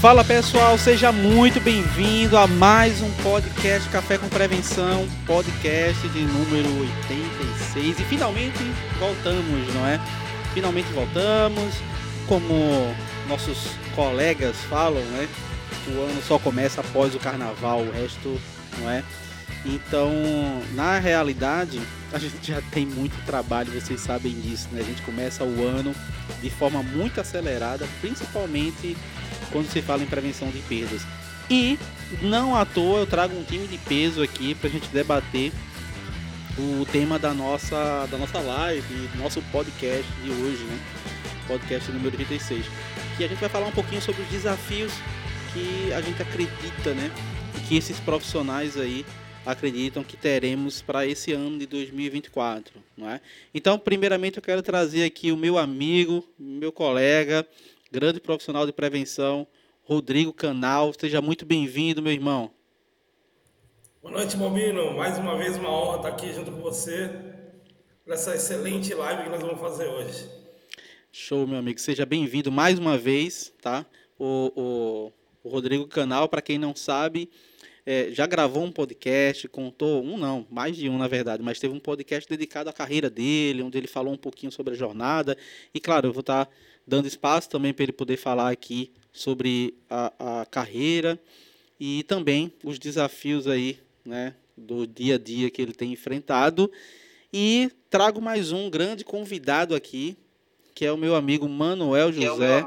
Fala pessoal, seja muito bem-vindo a mais um podcast Café com Prevenção, podcast de número 86 e finalmente voltamos, não é? Finalmente voltamos, como nossos colegas falam, né? O ano só começa após o carnaval, o resto não é? Então, na realidade, a gente já tem muito trabalho, vocês sabem disso, né? A gente começa o ano de forma muito acelerada, principalmente quando se fala em prevenção de perdas. E não à toa eu trago um time de peso aqui para a gente debater o tema da nossa live, do nosso podcast de hoje, né? Podcast número 86. Que a gente vai falar um pouquinho sobre os desafios que a gente acredita, né? E que esses profissionais aí acreditam que teremos para esse ano de 2024, não é? Então, primeiramente eu quero trazer aqui o meu amigo, meu colega, grande profissional de prevenção, Rodrigo Canal. Seja muito bem-vindo, meu irmão. Boa noite, Bobino. Mais uma vez uma honra estar aqui junto com você nessa excelente live que nós vamos fazer hoje. Show, meu amigo. Seja bem-vindo mais uma vez, tá? O Rodrigo Canal, para quem não sabe, já gravou um podcast, contou, mais de um na verdade, mas teve um podcast dedicado à carreira dele, onde ele falou um pouquinho sobre a jornada. E claro, eu vou estar dando espaço também para ele poder falar aqui sobre a carreira e também os desafios aí, né, do dia a dia que ele tem enfrentado. E trago mais um grande convidado aqui, que é o meu amigo Manuel José.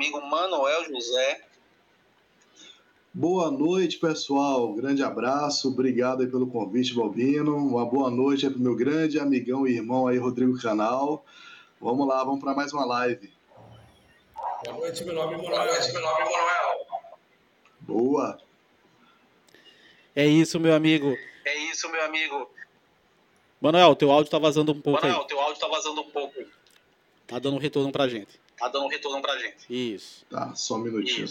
Boa noite, pessoal. Grande abraço. Obrigado aí pelo convite, Balbino. Uma boa noite para o meu grande amigão e irmão aí, Rodrigo Canal. Vamos lá, vamos para mais uma live. Boa noite, meu nome é Manuel. Boa. É isso, meu amigo. Manuel, teu áudio tá vazando um pouco aí. Tá dando um retorno pra gente. Isso. Tá, só um minutinho.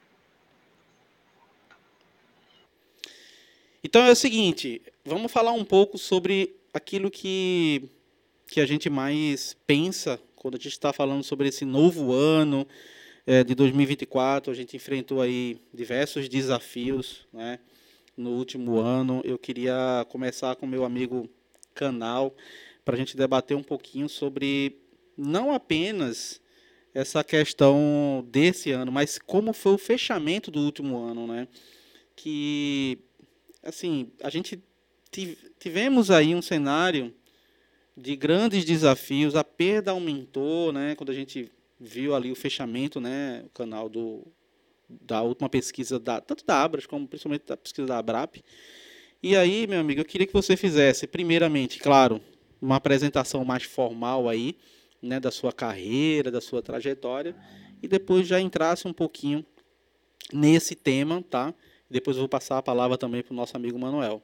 Então é o seguinte, vamos falar um pouco sobre aquilo que a gente mais pensa quando a gente está falando sobre esse novo ano de 2024. A gente enfrentou aí diversos desafios, né, no último ano. Eu queria começar com meu amigo Canal para a gente debater um pouquinho sobre não apenas essa questão desse ano, mas como foi o fechamento do último ano, né? Que, assim, a gente tivemos aí um cenário de grandes desafios, a perda aumentou, né? Quando a gente viu ali o fechamento, né? O canal da última pesquisa, tanto da Abras como principalmente da pesquisa da Abrap. E aí, meu amigo, eu queria que você fizesse, primeiramente, claro, uma apresentação mais formal aí, né, da sua carreira, da sua trajetória, e depois já entrasse um pouquinho nesse tema, tá? Depois eu vou passar a palavra também para o nosso amigo Manuel.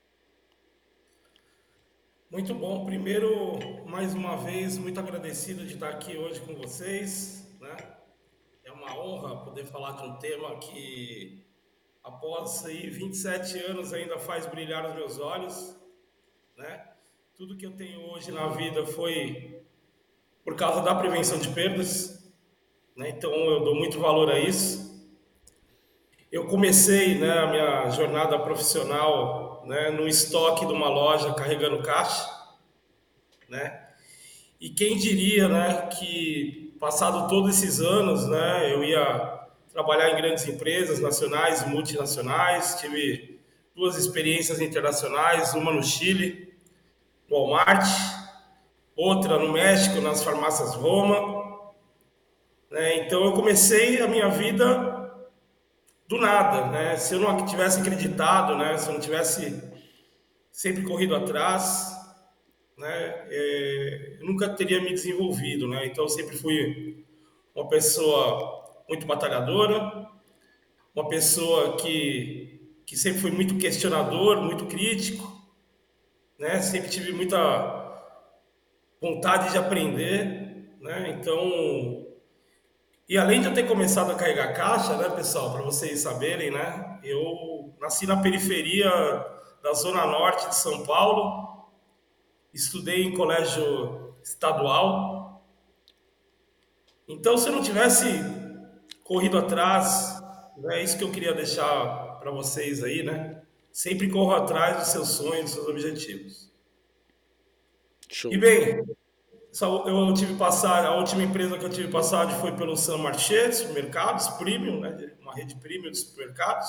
Muito bom. Primeiro, mais uma vez, muito agradecido de estar aqui hoje com vocês, né? É uma honra poder falar de um tema que, após aí 27 anos, ainda faz brilhar os meus olhos, né? Tudo que eu tenho hoje na vida foi por causa da prevenção de perdas, né? Então eu dou muito valor a isso. Eu comecei, né, a minha jornada profissional, né, no estoque de uma loja carregando caixa, né? E quem diria, né, que passado todos esses anos, né, eu ia trabalhar em grandes empresas nacionais e multinacionais. Tive duas experiências internacionais, uma no Chile, no Walmart, outra no México, nas farmácias Roma, né? Então eu comecei a minha vida do nada, né? Se eu não tivesse acreditado, né? Se eu não tivesse sempre corrido atrás, né? Eu nunca teria me desenvolvido, né? Então eu sempre fui uma pessoa muito batalhadora, uma pessoa que sempre foi muito questionador, muito crítico, né? Sempre tive muita vontade de aprender, né? Então, e além de eu ter começado a carregar caixa, né, pessoal, para vocês saberem, né, eu nasci na periferia da Zona Norte de São Paulo, estudei em colégio estadual. Então, se eu não tivesse corrido atrás, É isso que eu queria deixar para vocês aí, né? Sempre corra atrás dos seus sonhos, dos seus objetivos. E Show. bem, eu tive passagem, a última empresa que eu tive passagem foi pelo San Marché, supermercados premium, né? Uma rede premium de supermercados,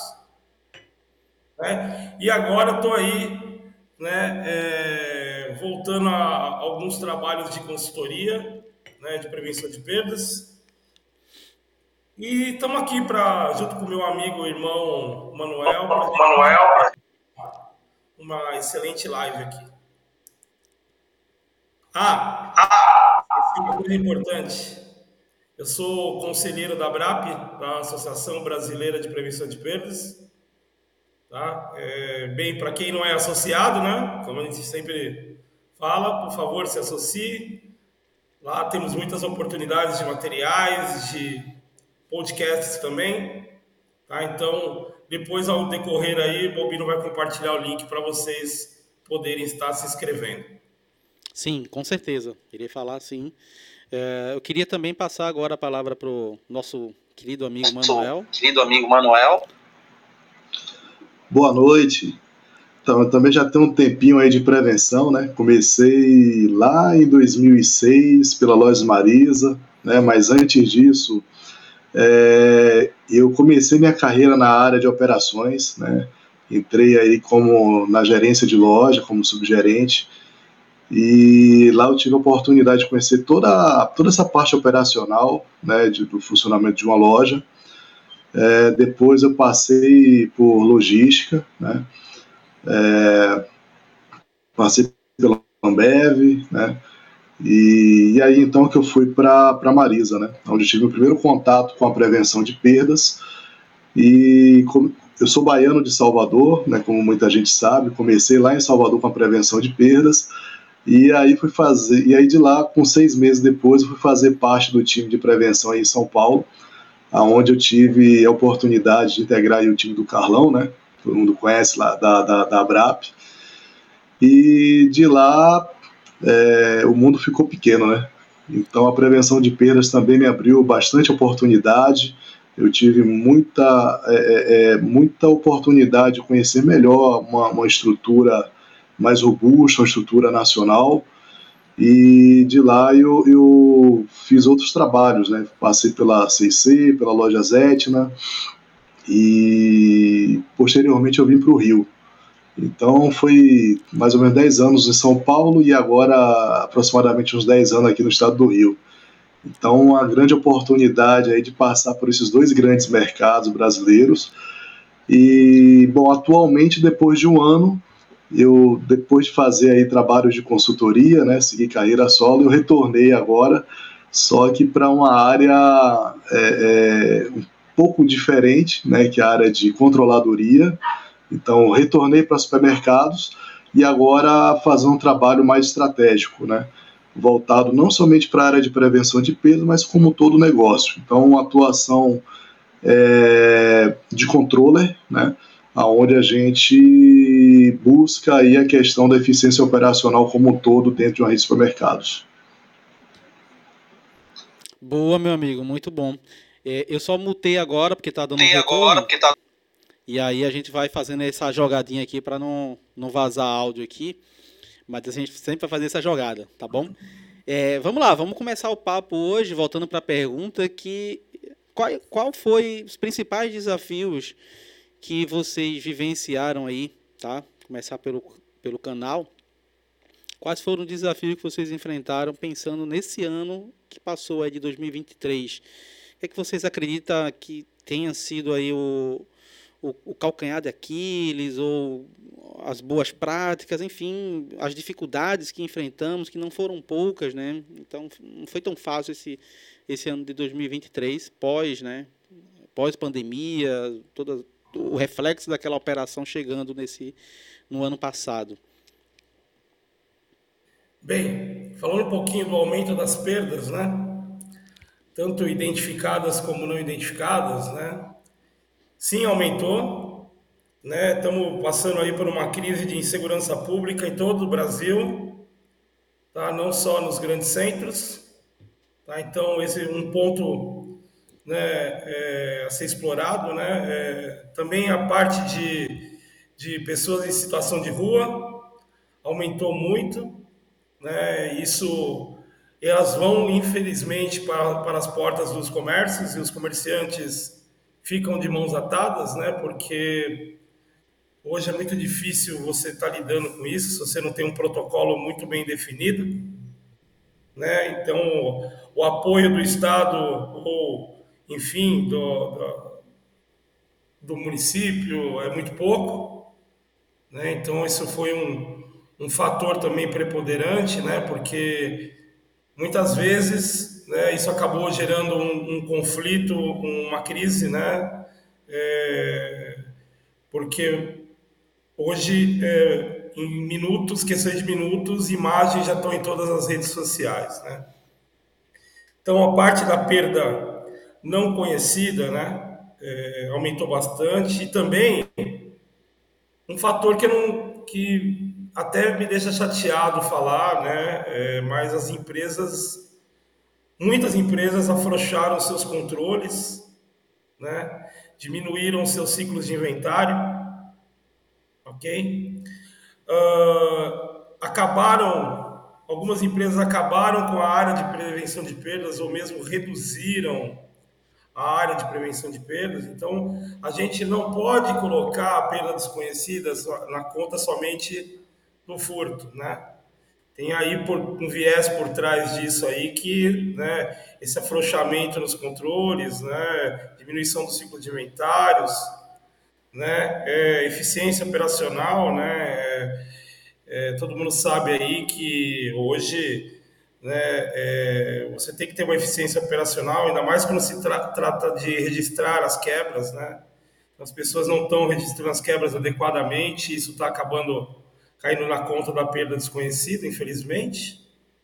né? E agora estou aí, né? Voltando a alguns trabalhos de consultoria, né? De prevenção de perdas. E estamos aqui para, junto com o meu amigo, irmão Manuel, para Manuel. uma excelente live aqui. Ah, uma coisa importante. Eu sou conselheiro da ABRAP, da Associação Brasileira de Prevenção de Perdas. Tá? Bem, para quem não é associado, né? Como a gente sempre fala, por favor, se associe. Lá temos muitas oportunidades de materiais, de podcasts também. Tá? Então, depois, ao decorrer aí, o Bobino vai compartilhar o link para vocês poderem estar se inscrevendo. Sim, com certeza. Irei falar sim. Eu queria também passar agora a palavra para o nosso querido amigo Manuel. Boa noite. Então, eu também já tenho um tempinho aí de prevenção, né? Comecei lá em 2006 pela Lojas Marisa, né? Mas antes disso, eu comecei minha carreira na área de operações, né? Entrei aí como na gerência de loja, como subgerente, e lá eu tive a oportunidade de conhecer toda essa parte operacional, né? Do funcionamento de uma loja. Depois eu passei por logística, né? Passei pela Ambev, né? E aí então que eu fui para Marisa, né? Onde eu tive o primeiro contato com a prevenção de perdas. E eu sou baiano de Salvador, né? Como muita gente sabe, comecei lá em Salvador com a prevenção de perdas. E aí de lá, com 6 meses depois, eu fui fazer parte do time de prevenção aí em São Paulo, aonde eu tive a oportunidade de integrar aí o time do Carlão, né? Todo mundo conhece lá da ABRAP. E de lá o mundo ficou pequeno, né? Então a prevenção de perdas também me abriu bastante oportunidade. Eu tive muita oportunidade de conhecer melhor uma estrutura mais robusta, uma estrutura nacional. E de lá eu fiz outros trabalhos, né? Passei pela CIC, pela Lojas Etna e posteriormente eu vim para o Rio. Então foi mais ou menos 10 anos em São Paulo e agora aproximadamente uns 10 anos aqui no estado do Rio. Então uma grande oportunidade aí de passar por esses dois grandes mercados brasileiros. E, bom, atualmente, depois de um ano, depois de fazer aí trabalhos de consultoria, né, seguir carreira solo, eu retornei agora, só que para uma área um pouco diferente, né, que é a área de controladoria. Então, retornei para supermercados e agora fazer um trabalho mais estratégico, né? Voltado não somente para a área de prevenção de perda, mas como todo o negócio. Então, uma atuação de controller, né? Onde a gente busca aí a questão da eficiência operacional como um todo dentro de uma rede de supermercados. Boa, meu amigo, muito bom. Eu só mutei agora porque tá dando um retorno. E aí a gente vai fazendo essa jogadinha aqui para não vazar áudio aqui. Mas a gente sempre vai fazer essa jogada, tá bom? Vamos lá, vamos começar o papo hoje, voltando para a pergunta qual foi os principais desafios que vocês vivenciaram aí, tá? Começar pelo canal. Quais foram os desafios que vocês enfrentaram pensando nesse ano que passou aí de 2023? O que é que vocês acreditam que tenha sido aí o calcanhar de Aquiles ou as boas práticas, enfim, as dificuldades que enfrentamos, que não foram poucas, né? Então, não foi tão fácil esse ano de 2023, pós-pandemia, todo o reflexo daquela operação chegando no ano passado. Bem, falando um pouquinho do aumento das perdas, né? Tanto identificadas como não identificadas, né? Sim, aumentou, né? Estamos passando aí por uma crise de insegurança pública em todo o Brasil, tá? Não só nos grandes centros, tá? Então esse é um ponto né, a ser explorado, né? Também a parte de pessoas em situação de rua aumentou muito, né? Isso, elas vão infelizmente para as portas dos comércios e os comerciantes ficam de mãos atadas, né? Porque hoje é muito difícil você estar lidando com isso se você não tem um protocolo muito bem definido, né? Então, o apoio do Estado ou, enfim, do município é muito pouco, né? Então, isso foi um fator também preponderante, né? Porque muitas vezes, né, isso acabou gerando um conflito, uma crise, né? Porque hoje, em minutos, questões de minutos, imagens já estão em todas as redes sociais, né? Então, a parte da perda não conhecida, né, aumentou bastante. E também um fator que, eu não, que até me deixa chateado falar, né, mas as empresas, muitas empresas afrouxaram seus controles, né, diminuíram seus ciclos de inventário, ok? Algumas empresas acabaram com a área de prevenção de perdas ou mesmo reduziram a área de prevenção de perdas. Então, a gente não pode colocar a perda desconhecida na conta somente do furto, né? Tem aí um viés por trás disso aí que, né, esse afrouxamento nos controles, né, diminuição do ciclo de inventários, né, eficiência operacional, né, todo mundo sabe aí que hoje, né, você tem que ter uma eficiência operacional, ainda mais quando se trata de registrar as quebras, né? As pessoas não estão registrando as quebras adequadamente, isso está acabando caindo na conta da perda desconhecida, infelizmente,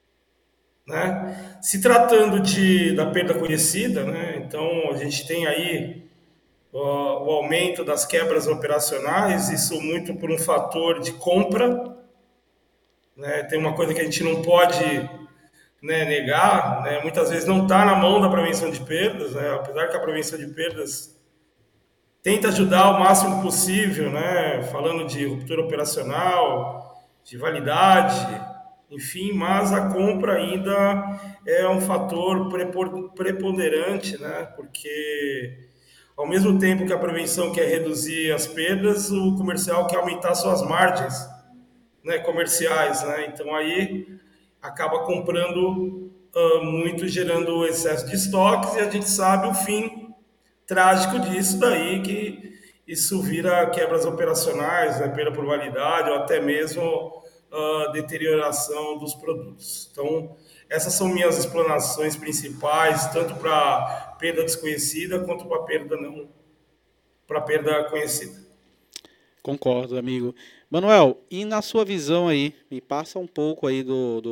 né? Se tratando da perda conhecida, né? Então a gente tem aí o aumento das quebras operacionais, isso muito por um fator de compra, né? Tem uma coisa que a gente não pode, né, negar, né? Muitas vezes não está na mão da prevenção de perdas, né? Apesar que a prevenção de perdas tenta ajudar o máximo possível, né? Falando de ruptura operacional, de validade, enfim, mas a compra ainda é um fator preponderante, né? Porque ao mesmo tempo que a prevenção quer reduzir as perdas, o comercial quer aumentar suas margens, né, comerciais, né? Então aí acaba comprando muito, gerando excesso de estoques, e a gente sabe o fim trágico disso daí, que isso vira quebras operacionais, né, perda por validade ou até mesmo deterioração dos produtos. Então, essas são minhas explanações principais, tanto para perda desconhecida quanto para perda não, para perda conhecida. Concordo, amigo. Manuel, e na sua visão aí, me passa um pouco aí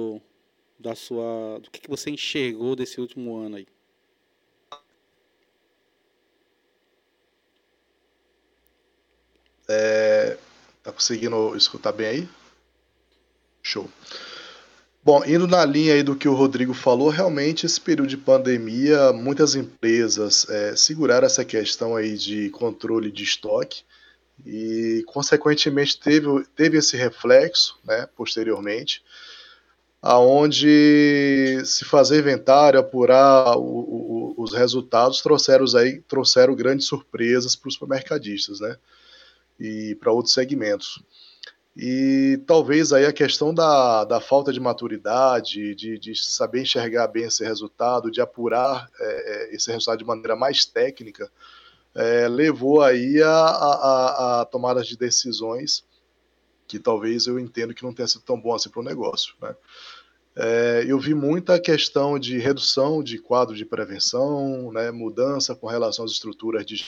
do que você enxergou desse último ano aí. Tá conseguindo escutar bem aí? Show. Bom, indo na linha aí do que o Rodrigo falou, realmente esse período de pandemia, muitas empresas seguraram essa questão aí de controle de estoque e, consequentemente, teve esse reflexo, né, posteriormente, aonde se fazer inventário, apurar os resultados, trouxeram grandes surpresas para os supermercadistas, né, e para outros segmentos. E talvez aí a questão da falta de maturidade, de saber enxergar bem esse resultado, de apurar esse resultado de maneira mais técnica, levou aí a tomadas de decisões que talvez eu entendo que não tenha sido tão bom assim para o negócio, né? Eu vi muita questão de redução de quadro de prevenção, né, mudança com relação às estruturas de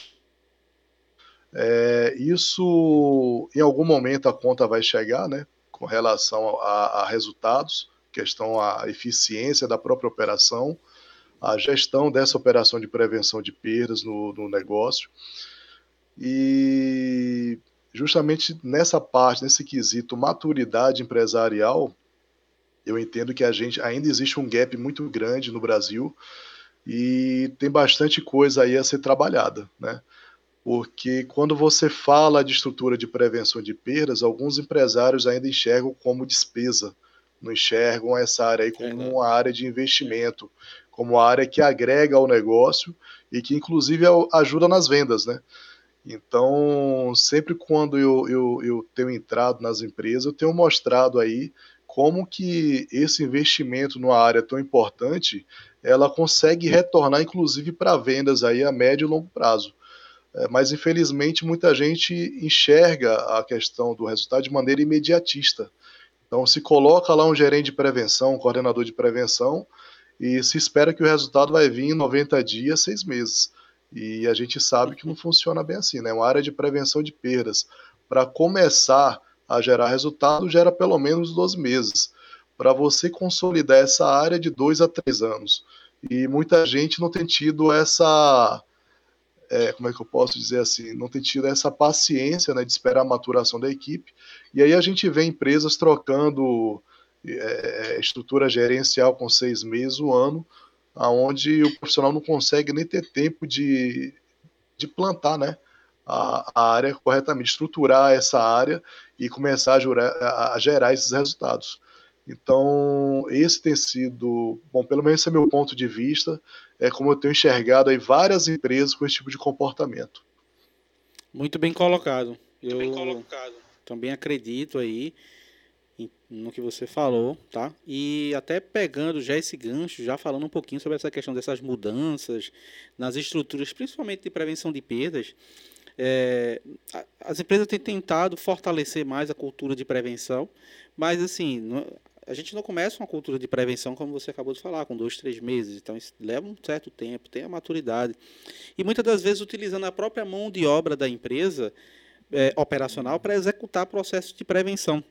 isso, em algum momento, a conta vai chegar, né, com relação a resultados, questão a eficiência da própria operação, a gestão dessa operação de prevenção de perdas no negócio. E justamente nessa parte, nesse quesito maturidade empresarial, eu entendo que a gente ainda existe um gap muito grande no Brasil e tem bastante coisa aí a ser trabalhada, né? Porque quando você fala de estrutura de prevenção de perdas, alguns empresários ainda enxergam como despesa, não enxergam essa área aí como Verdade. uma área de investimento, como uma área que agrega ao negócio e que inclusive ajuda nas vendas, né? Então, sempre quando eu tenho entrado nas empresas, eu tenho mostrado aí como que esse investimento numa área tão importante, ela consegue retornar inclusive para vendas aí a médio e longo prazo. Mas infelizmente muita gente enxerga a questão do resultado de maneira imediatista. Então se coloca lá um gerente de prevenção, um coordenador de prevenção, e se espera que o resultado vai vir em 90 dias, 6 meses. E a gente sabe que não funciona bem assim, né? Uma área de prevenção de perdas, para começar a gerar resultado, gera pelo menos 12 meses. Para você consolidar essa área de 2 a 3 anos. E muita gente não tem tido essa, como é que eu posso dizer assim, não tem tido essa paciência, né, de esperar a maturação da equipe. E aí a gente vê empresas trocando estrutura gerencial com 6 meses, um ano, aonde o profissional não consegue nem ter tempo de plantar, né, a área corretamente, estruturar essa área e começar a gerar esses resultados. Então, esse tem sido, bom, pelo menos esse é meu ponto de vista, é como eu tenho enxergado aí várias empresas com esse tipo de comportamento. Muito bem colocado. Eu também acredito aí no que você falou, tá? E até pegando já esse gancho, já falando um pouquinho sobre essa questão dessas mudanças nas estruturas, principalmente de prevenção de perdas, é, as empresas têm tentado fortalecer mais a cultura de prevenção, mas assim, a gente não começa uma cultura de prevenção, como você acabou de falar, com 2, 3 meses. Então isso leva um certo tempo, tem a maturidade. E muitas das vezes utilizando a própria mão de obra da empresa operacional para executar processos de prevenção.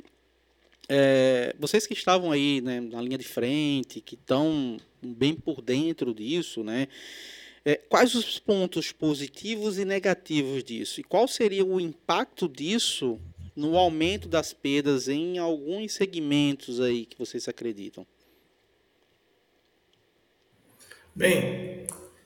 Vocês que estavam aí, né, na linha de frente, que estão bem por dentro disso, né, quais os pontos positivos e negativos disso? E qual seria o impacto disso no aumento das perdas em alguns segmentos aí que vocês acreditam? Bem,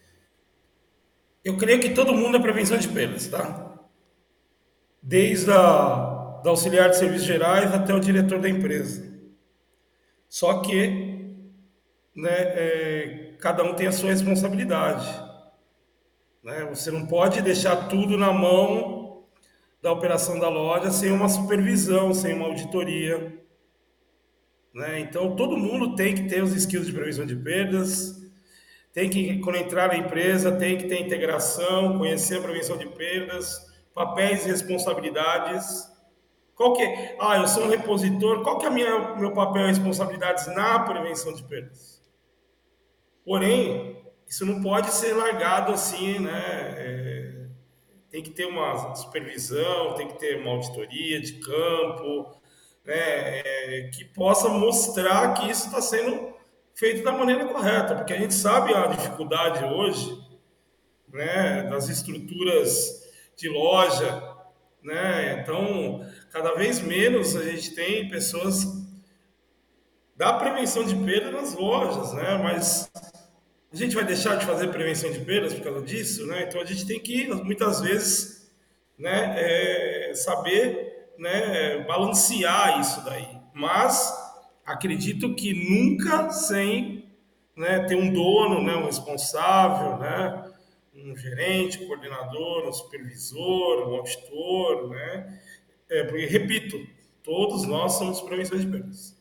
eu creio que todo mundo é prevenção de perdas, tá? Desde da auxiliar de serviços gerais até o diretor da empresa. Só que, né, cada um tem a sua responsabilidade, né? Você não pode deixar tudo na mão da operação da loja sem uma supervisão, sem uma auditoria, né? Então, todo mundo tem que ter os skills de prevenção de perdas, tem que, quando entrar na empresa, tem que ter integração, conhecer a prevenção de perdas, papéis e responsabilidades. Qual que é? Ah, eu sou um repositor, qual que é meu papel e responsabilidades na prevenção de perdas? Porém, isso não pode ser largado assim, né? Tem que ter uma supervisão, tem que ter uma auditoria de campo, né? Que possa mostrar que isso está sendo feito da maneira correta, porque a gente sabe a dificuldade hoje, né, das estruturas de loja, né? Então, cada vez menos a gente tem pessoas da prevenção de perda nas lojas, né? Mas a gente vai deixar de fazer prevenção de perdas por causa disso, né? Então a gente tem que muitas vezes, né, saber, né, balancear isso daí. Mas acredito que nunca sem, né, ter um dono, né, um responsável, né, um gerente, um coordenador, um supervisor, um auditor, né? Porque repito, todos nós somos prevenção de perdas.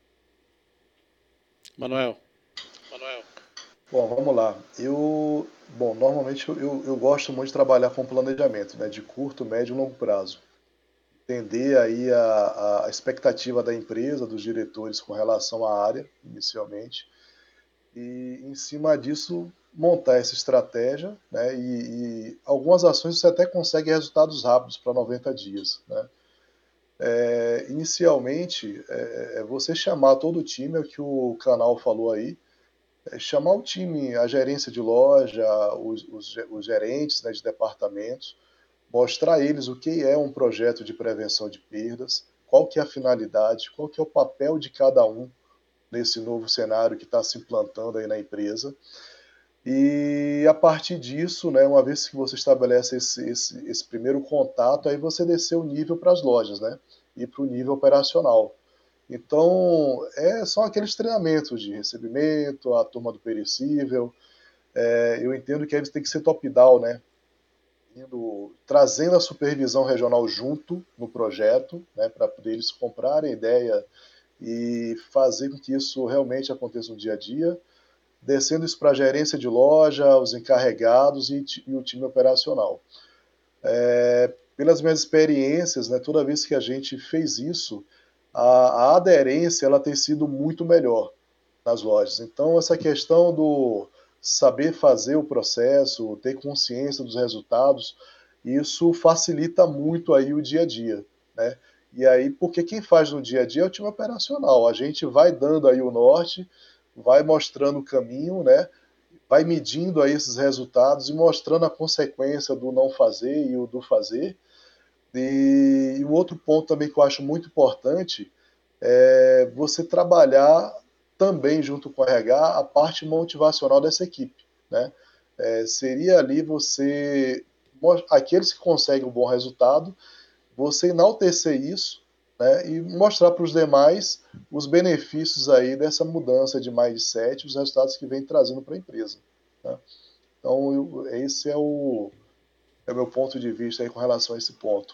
Manuel. Bom, vamos lá. Bom, normalmente eu gosto muito de trabalhar com planejamento, né, de curto, médio e longo prazo. Entender aí a expectativa da empresa, dos diretores com relação à área, inicialmente, e em cima disso montar essa estratégia, né, e algumas ações você até consegue resultados rápidos para 90 dias, né. Inicialmente, você chamar todo o time, é o que o canal falou aí, chamar o time, a gerência de loja, os gerentes, né, de departamentos, mostrar a eles o que é um projeto de prevenção de perdas, qual que é a finalidade, qual que é o papel de cada um nesse novo cenário que está se implantando aí na empresa, E a partir disso, né, uma vez que você estabelece esse primeiro contato, aí você descer o nível para as lojas, né? E para o nível operacional. Então, são aqueles treinamentos de recebimento, a turma do perecível. Eu entendo que eles têm que ser top-down, né? Trazendo a supervisão regional junto no projeto, né? Para poder eles comprarem a ideia e fazer com que isso realmente aconteça no dia a dia, descendo isso para a gerência de loja, os encarregados e o time operacional. Pelas minhas experiências, né, toda vez que a gente fez isso, a aderência ela tem sido muito melhor nas lojas. Então, essa questão do saber fazer o processo, ter consciência dos resultados, isso facilita muito aí o dia a dia, né? E aí, porque quem faz no dia a dia é o time operacional. A gente vai dando aí o norte, vai mostrando o caminho, né? Vai medindo aí esses resultados e mostrando a consequência do não fazer e o do fazer. E o outro ponto também que eu acho muito importante é você trabalhar também junto com o RH a parte motivacional dessa equipe, né? Seria ali você, aqueles que conseguem um bom resultado, você enaltecer isso, né, e mostrar para os demais os benefícios aí dessa mudança de mindset, os resultados que vem trazendo para a empresa. Né? Então, esse é o meu ponto de vista aí com relação a esse ponto.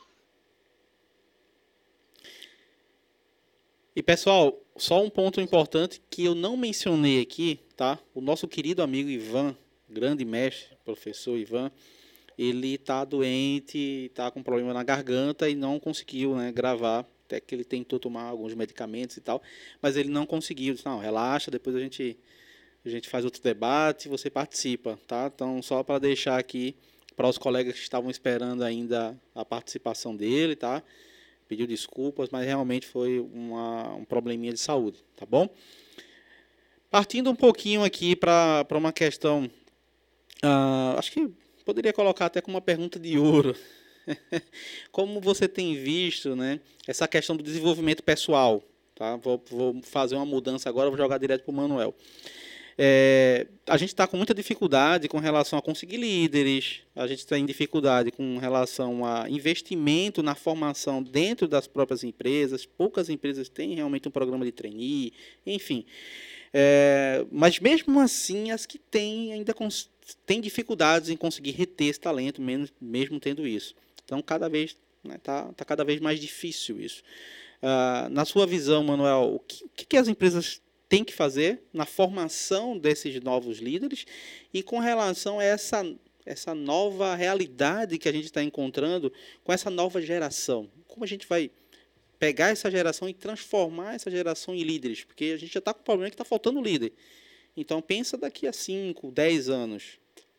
E pessoal, só um ponto importante que eu não mencionei aqui, tá? O nosso querido amigo Ivan, grande mestre, professor Ivan, ele tá doente, tá com problema na garganta e não conseguiu, né, gravar. Até que ele tentou tomar alguns medicamentos e tal, mas ele não conseguiu. Disse, não, relaxa, depois a gente faz outro debate, você participa, tá? Então, só para deixar aqui para os colegas que estavam esperando ainda a participação dele, tá? Pediu desculpas, mas realmente foi um probleminha de saúde, tá bom? Partindo um pouquinho aqui para uma questão, acho que poderia colocar até como uma pergunta de ouro. Como você tem visto, né, essa questão do desenvolvimento pessoal? Tá? Vou fazer uma mudança agora, vou jogar direto para o Manuel. A gente está com muita dificuldade com relação a conseguir líderes, a gente tem dificuldade com relação a investimento na formação dentro das próprias empresas, poucas empresas têm realmente um programa de trainee, enfim. Mas mesmo assim, as que têm ainda têm dificuldades em conseguir reter esse talento, mesmo tendo isso. Então, cada vez tá cada vez mais difícil isso. Na sua visão, Manuel, o que as empresas têm que fazer na formação desses novos líderes e com relação a essa nova realidade que a gente está encontrando com essa nova geração? Como a gente vai pegar essa geração e transformar essa geração em líderes? Porque a gente já está com o problema que está faltando líder. Então, pensa daqui a 5, 10 anos.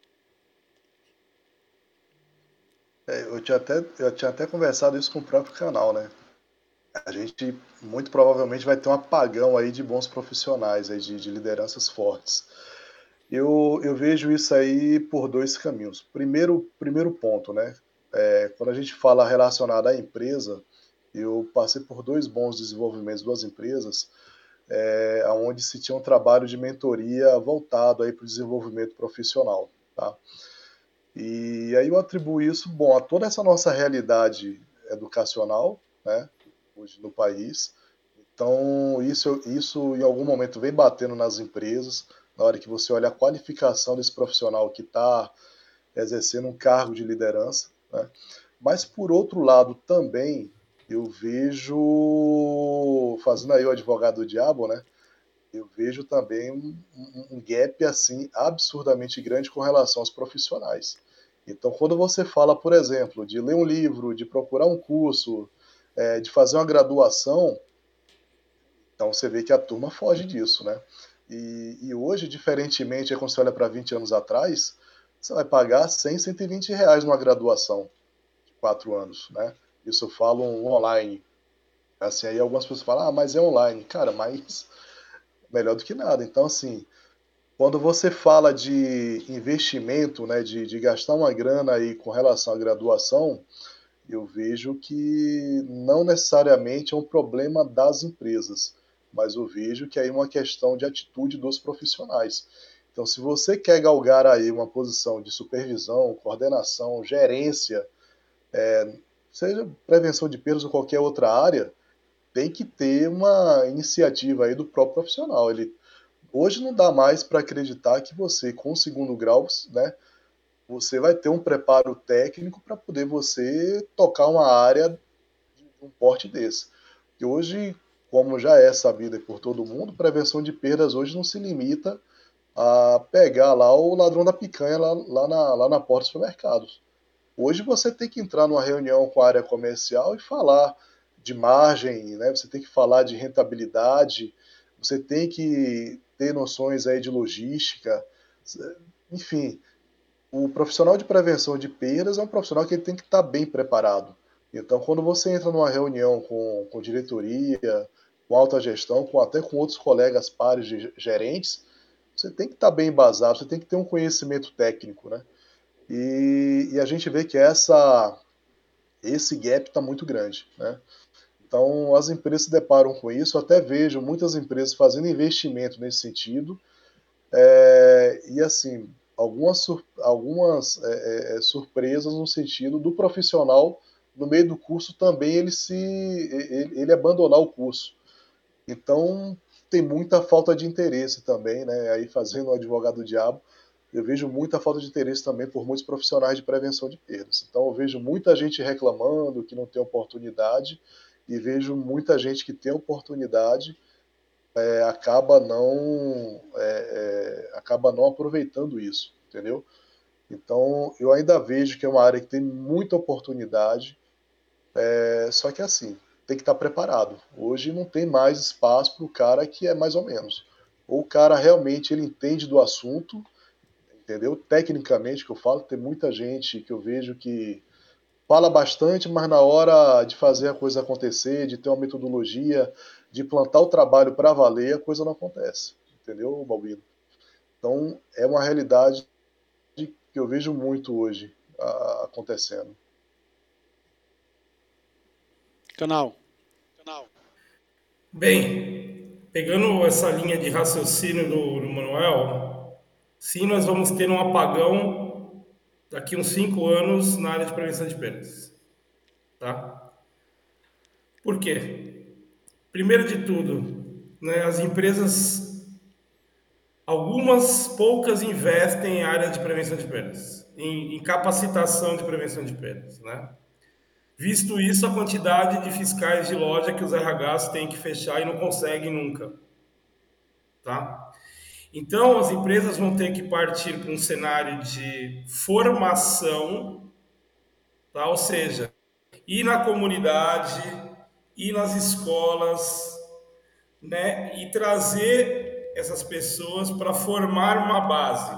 Eu tinha até conversado isso com o próprio canal, né? A gente muito provavelmente vai ter um apagão aí de bons profissionais, aí de lideranças fortes. Eu vejo isso aí por dois caminhos. Primeiro ponto, né? Quando a gente fala relacionado à empresa, eu passei por dois bons desenvolvimentos, duas empresas, onde se tinha um trabalho de mentoria voltado aí para o desenvolvimento profissional, tá? E aí eu atribuo isso, bom, a toda essa nossa realidade educacional, né, hoje no país. Então, isso em algum momento vem batendo nas empresas, na hora que você olha a qualificação desse profissional que está exercendo um cargo de liderança, né? Mas, por outro lado, também eu vejo, fazendo aí o advogado do diabo, né? Eu vejo também um gap assim absurdamente grande com relação aos profissionais. Então, quando você fala, por exemplo, de ler um livro, de procurar um curso, de fazer uma graduação, então você vê que a turma foge disso, né? E hoje, diferentemente, quando você olha para 20 anos atrás, você vai pagar 100, R$ 120 numa graduação de 4 anos, né? Isso eu falo online. Assim, aí algumas pessoas falam, mas é online. Cara, mas melhor do que nada. Então, assim, quando você fala de investimento, né, de gastar uma grana aí com relação à graduação, eu vejo que não necessariamente é um problema das empresas, mas eu vejo que aí é uma questão de atitude dos profissionais. Então, se você quer galgar aí uma posição de supervisão, coordenação, gerência, seja prevenção de perdas ou qualquer outra área, tem que ter uma iniciativa aí do próprio profissional. Hoje não dá mais para acreditar que você, com o segundo grau, né, você vai ter um preparo técnico para poder você tocar uma área de um porte desse. E hoje, como já é sabido por todo mundo, prevenção de perdas hoje não se limita a pegar lá o ladrão da picanha lá na porta dos supermercados. Hoje você tem que entrar numa reunião com a área comercial e falar de margem, né? Você tem que falar de rentabilidade, você tem que ter noções aí de logística, enfim, o profissional de prevenção de perdas é um profissional que ele tem que estar bem preparado. Então, quando você entra numa reunião com diretoria, com alta gestão, até com outros colegas pares de gerentes, você tem que estar bem embasado, você tem que ter um conhecimento técnico, né? E a gente vê que esse gap está muito grande, né? Então, as empresas se deparam com isso. Eu até vejo muitas empresas fazendo investimento nesse sentido. E, assim, algumas surpresas no sentido do profissional, no meio do curso, também ele abandonar o curso. Então, tem muita falta de interesse também, né? Aí, fazendo o advogado do diabo, eu vejo muita falta de interesse também por muitos profissionais de prevenção de perdas. Então, eu vejo muita gente reclamando que não tem oportunidade e vejo muita gente que tem oportunidade acaba não aproveitando isso, entendeu? Então, eu ainda vejo que é uma área que tem muita oportunidade, só que assim, tem que estar preparado. Hoje não tem mais espaço para o cara que é mais ou menos. Ou o cara realmente ele entende do assunto, entendeu? Tecnicamente, que eu falo, tem muita gente que eu vejo que fala bastante, mas na hora de fazer a coisa acontecer, de ter uma metodologia, de plantar o trabalho para valer, a coisa não acontece. Entendeu, Balbino? Então, é uma realidade que eu vejo muito hoje acontecendo. Canal. Bem, pegando essa linha de raciocínio do Manuel, sim, nós vamos ter um apagão daqui uns 5 anos na área de prevenção de perdas. Tá? Por quê? Primeiro de tudo, né, as empresas, algumas poucas investem em área de prevenção de perdas, em capacitação de prevenção de perdas, né? Visto isso, a quantidade de fiscais de loja que os RHs têm que fechar e não conseguem nunca, tá? Então, as empresas vão ter que partir para um cenário de formação, tá? Ou seja, ir na comunidade, ir nas escolas, né? E trazer essas pessoas para formar uma base,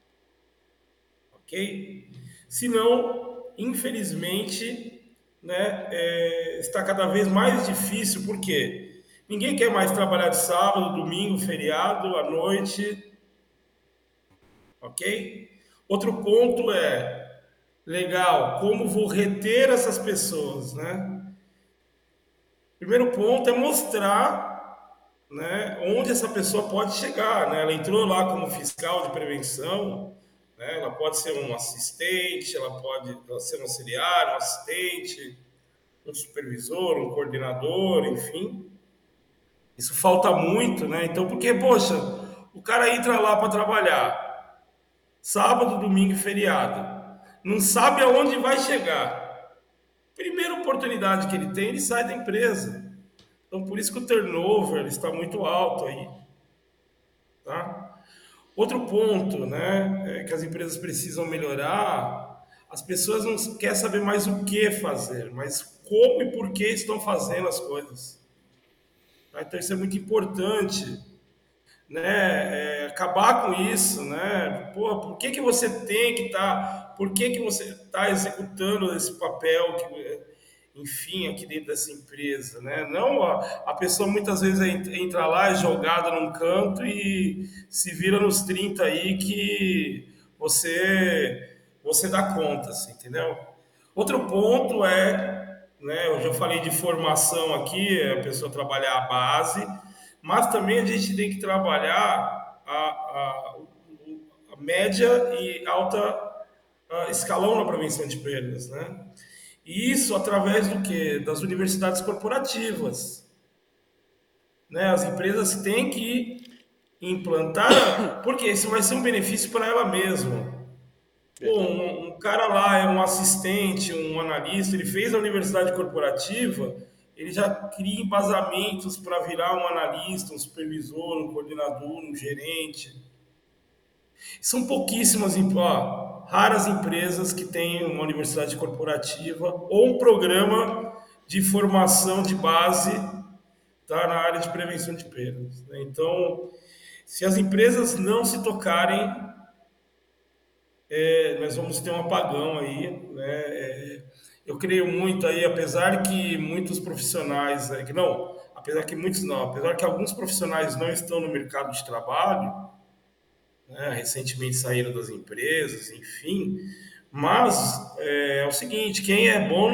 ok? Senão, infelizmente, né, está cada vez mais difícil, porque ninguém quer mais trabalhar de sábado, domingo, feriado, à noite, ok? Outro ponto é, legal, como vou reter essas pessoas, né? Primeiro ponto é mostrar, né, onde essa pessoa pode chegar, né? Ela entrou lá como fiscal de prevenção, né? Ela pode ser um assistente, ela pode ser um auxiliar, um assistente, um supervisor, um coordenador, enfim. Isso falta muito, né? Então, porque, poxa, o cara entra lá para trabalhar, sábado, domingo e feriado, não sabe aonde vai chegar. Primeira oportunidade que ele tem, ele sai da empresa. Então, por isso que o turnover está muito alto aí, tá? Outro ponto, né, que as empresas precisam melhorar, as pessoas não querem saber mais o que fazer, mas como e por que estão fazendo as coisas. Tá? Então, isso é muito importante, né, acabar com isso, né? Pô, por que que você tem que estar, por que que você está executando esse papel que, enfim, aqui dentro dessa empresa, né? Não a pessoa muitas vezes entra lá, é jogada num canto e se vira nos 30 aí que você dá conta, assim, entendeu? Outro ponto é, né, eu já falei de formação aqui, a pessoa trabalhar a base, mas também a gente tem que trabalhar média e alta escalão na prevenção de perdas, né? E isso através do quê? Das universidades corporativas, né? As empresas têm que implantar, porque isso vai ser um benefício para ela mesma. Pô, Verdade. um cara lá é um assistente, um analista, ele fez a universidade corporativa, ele já cria embasamentos para virar um analista, um supervisor, um coordenador, um gerente. São pouquíssimas, raras empresas que têm uma universidade corporativa ou um programa de formação de base, tá, na área de prevenção de perdas, né? Então, se as empresas não se tocarem, nós vamos ter um apagão aí, né? Eu creio muito aí, apesar que muitos profissionais, que não, apesar que muitos não, apesar que alguns profissionais não estão no mercado de trabalho, né, recentemente saíram das empresas, enfim, mas é o seguinte, quem é bom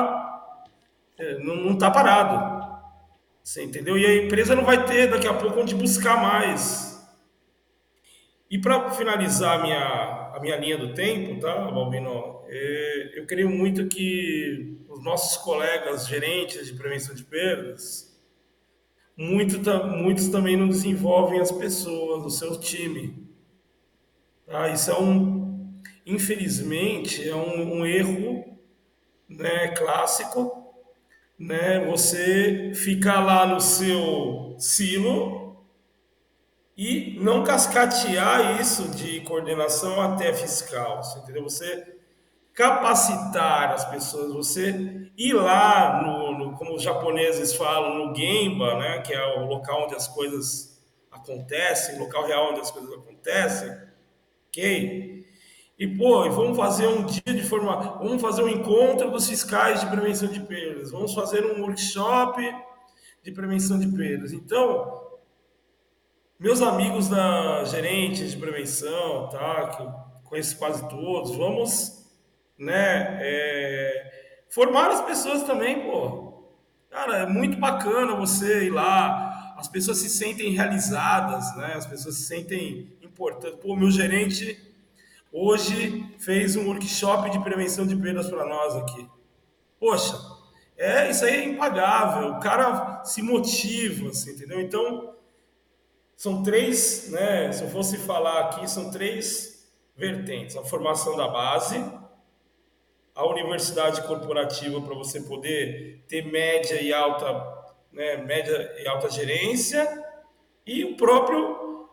não tá parado, você entendeu? E a empresa não vai ter daqui a pouco onde buscar mais. E para finalizar a minha linha do tempo, tá, Balbino? Eu creio muito que os nossos colegas gerentes de prevenção de perdas, muitos também não desenvolvem as pessoas, o seu time. Tá? Infelizmente, é um erro, né, clássico, né? Você ficar lá no seu silo e não cascatear isso de coordenação até fiscal, você entendeu? Você capacitar as pessoas, você ir lá como os japoneses falam, no Gemba, né, que é o local onde as coisas acontecem, o local real onde as coisas acontecem, ok? E vamos fazer um dia de formação, vamos fazer um encontro dos fiscais de prevenção de perdas, vamos fazer um workshop de prevenção de perdas. Então, meus amigos da gerentes de prevenção, tá, que eu conheço quase todos, vamos, né, formar as pessoas também, pô. Cara, é muito bacana você ir lá, as pessoas se sentem realizadas, né, as pessoas se sentem importantes. Pô, meu gerente hoje fez um workshop de prevenção de perdas para nós aqui. Poxa, isso aí é impagável, o cara se motiva, assim, entendeu? Então, são três, né? Se eu fosse falar aqui, são três vertentes: a formação da base, a universidade corporativa para você poder ter média e alta, né? Média e alta gerência, e o próprio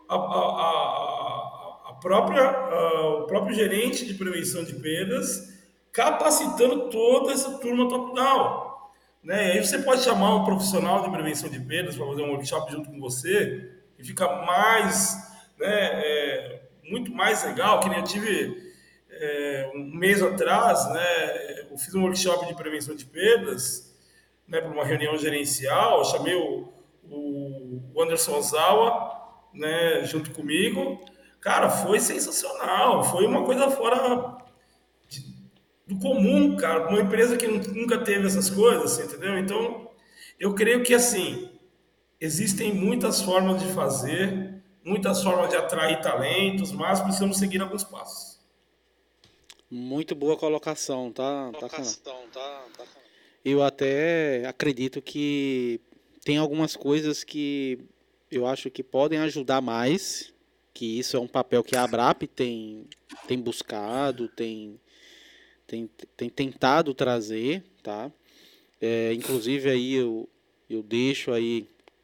o próprio gerente de prevenção de perdas capacitando toda essa turma top-down, né? E aí você pode chamar um profissional de prevenção de perdas para fazer um workshop junto com você e fica mais, né, muito mais legal. Que nem eu tive um mês atrás, né, eu fiz um workshop de prevenção de perdas, né, para uma reunião gerencial. Eu chamei o Anderson Ozawa, né, junto comigo. Cara, foi sensacional, foi uma coisa fora do comum, cara, uma empresa que nunca teve essas coisas, entendeu? Então, eu creio que, assim, existem muitas formas de fazer, muitas formas de atrair talentos, mas precisamos seguir alguns passos. Muito boa colocação, tá, Canal? Eu até acredito que tem algumas coisas que eu acho que podem ajudar mais, que isso é um papel que a Abrap tem buscado, tem tentado trazer, tá? Inclusive aí eu deixo aí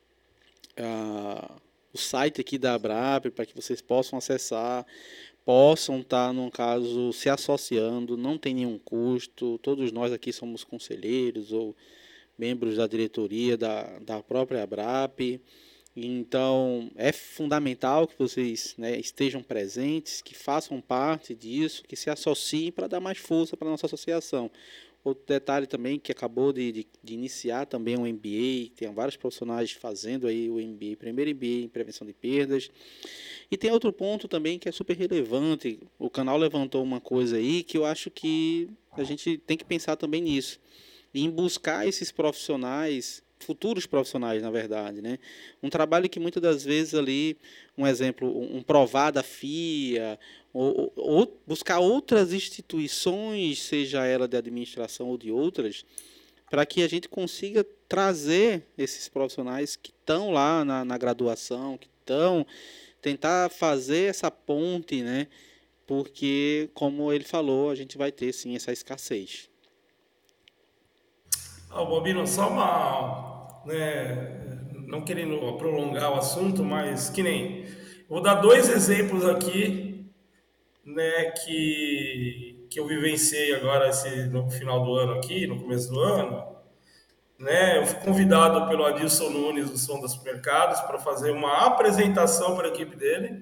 o site aqui da Abrap para que vocês possam acessar, possam estar, no caso, se associando, não tem nenhum custo, todos nós aqui somos conselheiros ou membros da diretoria da própria Abrap. Então, é fundamental que vocês, né, estejam presentes, que façam parte disso, que se associem para dar mais força para a nossa associação. Outro detalhe também, que acabou de iniciar também um MBA, tem vários profissionais fazendo aí o MBA, primeiro MBA em prevenção de perdas. E tem outro ponto também que é super relevante, o canal levantou uma coisa aí que eu acho que a gente tem que pensar também nisso, em buscar esses profissionais futuros profissionais, na verdade, né? Um trabalho que muitas das vezes ali, um exemplo, um provar da FIA, ou buscar outras instituições, seja ela de administração ou de outras, para que a gente consiga trazer esses profissionais que estão lá na graduação, que estão, tentar fazer essa ponte, né? Porque, como ele falou, a gente vai ter sim essa escassez. Bobino, só não querendo prolongar o assunto, mas que nem, vou dar dois exemplos aqui, né, que eu vivenciei agora no final do ano aqui, no começo do ano, né, eu fui convidado pelo Adilson Nunes do Som dos Supermercados para fazer uma apresentação para a equipe dele,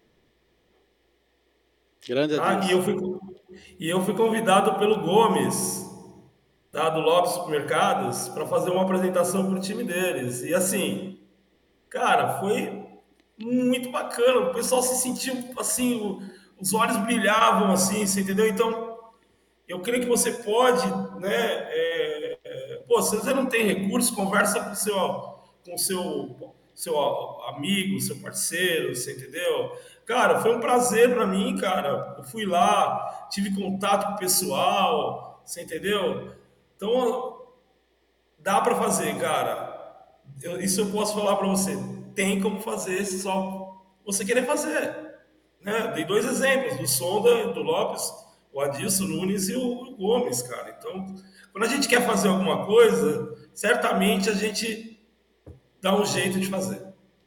Grande tá? Adilson. E eu fui convidado pelo Gomes, tá, do Lopes Supermercados, para fazer uma apresentação para o time deles. E assim, cara, foi muito bacana. O pessoal se sentiu assim, os olhos brilhavam assim, você entendeu? Então, eu creio que você pode, né? Pô, se você não tem recursos, conversa com seu amigo, seu parceiro, você entendeu? Cara, foi um prazer para mim, cara. Eu fui lá, tive contato com o pessoal, você entendeu? Então, dá para fazer, cara. Isso eu posso falar para você. Tem como fazer, só você querer fazer. Né? Dei dois exemplos, do Sonda, do Lopes, o Adilson Nunes e o Gomes, cara. Então, quando a gente quer fazer alguma coisa, certamente a gente dá um jeito de fazer.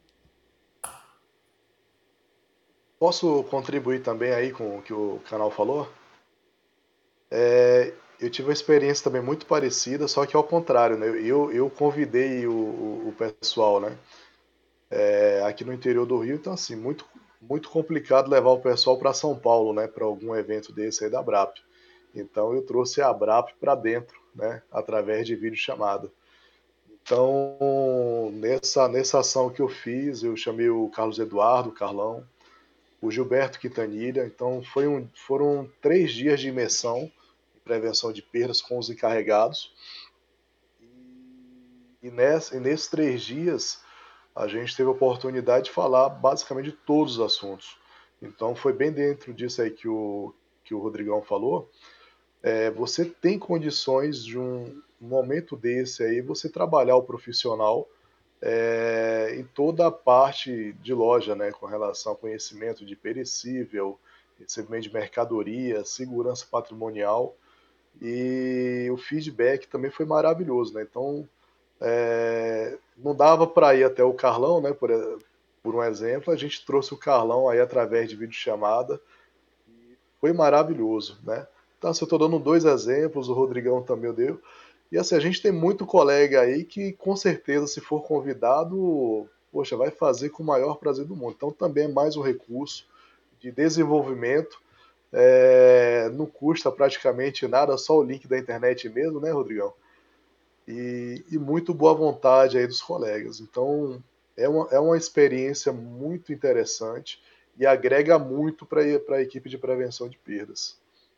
Posso contribuir também aí com o que o canal falou? Eu tive uma experiência também muito parecida, só que ao contrário, né? Eu convidei o pessoal, né? Aqui no interior do Rio, então assim, muito complicado levar o pessoal para São Paulo, né? Para algum evento desse aí da BRAP. Então eu trouxe a BRAP para dentro, né? Através de videochamada. Então, nessa ação que eu fiz, eu chamei o Carlos Eduardo, o Carlão, o Gilberto Quintanilha. Então, foram 3 dias de imersão em prevenção de perdas com os encarregados. E nesses 3 dias, a gente teve a oportunidade de falar basicamente de todos os assuntos. Então, foi bem dentro disso aí que o Rodrigão falou. Você tem condições de um momento desse aí, você trabalhar o profissional em toda a parte de loja, né, com relação ao conhecimento de perecível, recebimento de mercadoria, segurança patrimonial, e o feedback também foi maravilhoso, né? Então, não dava para ir até o Carlão, né, por um exemplo, a gente trouxe o Carlão aí através de videochamada, foi maravilhoso, né? Então, assim, eu estou dando 2 exemplos, o Rodrigão também deu. E assim, a gente tem muito colega aí que, com certeza, se for convidado, poxa, vai fazer com o maior prazer do mundo. Então, também é mais um recurso de desenvolvimento. Não custa praticamente nada, só o link da internet mesmo, né, Rodrigão? E muito boa vontade aí dos colegas. Então, é uma experiência muito interessante e agrega muito para a equipe de prevenção de perdas.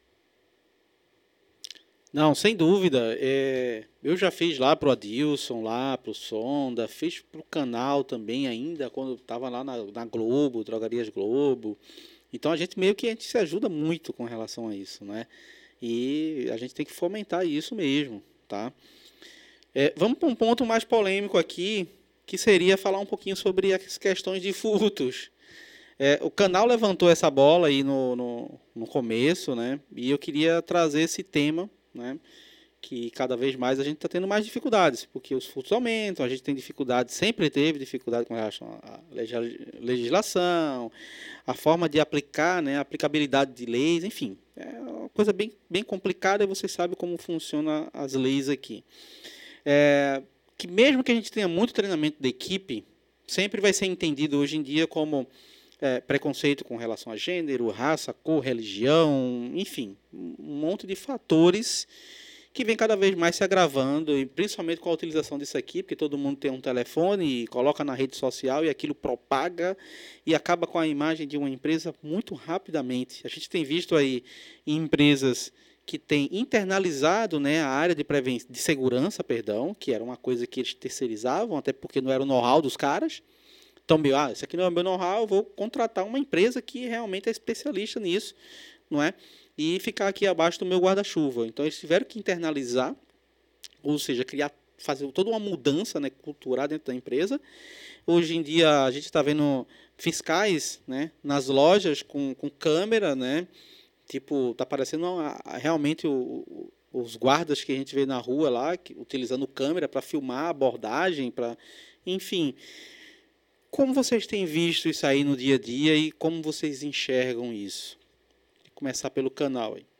Não, sem dúvida. Eu já fiz lá pro Adilson, lá pro Sonda, fiz pro canal também ainda, quando estava lá na Globo, Drogarias Globo. Então a gente se ajuda muito com relação a isso, né? E a gente tem que fomentar isso mesmo, tá? Vamos para um ponto mais polêmico aqui, que seria falar um pouquinho sobre as questões de furtos. O canal levantou essa bola aí no começo, né? E eu queria trazer esse tema, né? Que cada vez mais a gente está tendo mais dificuldades, porque os furtos aumentam, a gente tem dificuldade, sempre teve dificuldade com relação à legislação, a forma de aplicar, né? A aplicabilidade de leis, enfim. É uma coisa bem complicada e você sabe como funcionam as leis aqui. Que mesmo que a gente tenha muito treinamento de equipe, sempre vai ser entendido hoje em dia como preconceito com relação a gênero, raça, cor, religião, enfim, um monte de fatores que vem cada vez mais se agravando, e principalmente com a utilização disso aqui, porque todo mundo tem um telefone e coloca na rede social e aquilo propaga e acaba com a imagem de uma empresa muito rapidamente. A gente tem visto aí empresas que tem internalizado, né, a área de segurança, perdão, que era uma coisa que eles terceirizavam, até porque não era o know-how dos caras. Então, isso aqui não é o meu know-how, eu vou contratar uma empresa que realmente é especialista nisso, não é? E ficar aqui abaixo do meu guarda-chuva. Então, eles tiveram que internalizar, ou seja, fazer toda uma mudança, né, cultural dentro da empresa. Hoje em dia, a gente está vendo fiscais, né, nas lojas com câmera, né? Tipo, tá parecendo realmente os guardas que a gente vê na rua lá, utilizando câmera para filmar a abordagem, enfim. Como vocês têm visto isso aí no dia a dia e como vocês enxergam isso? Vou começar pelo canal aí.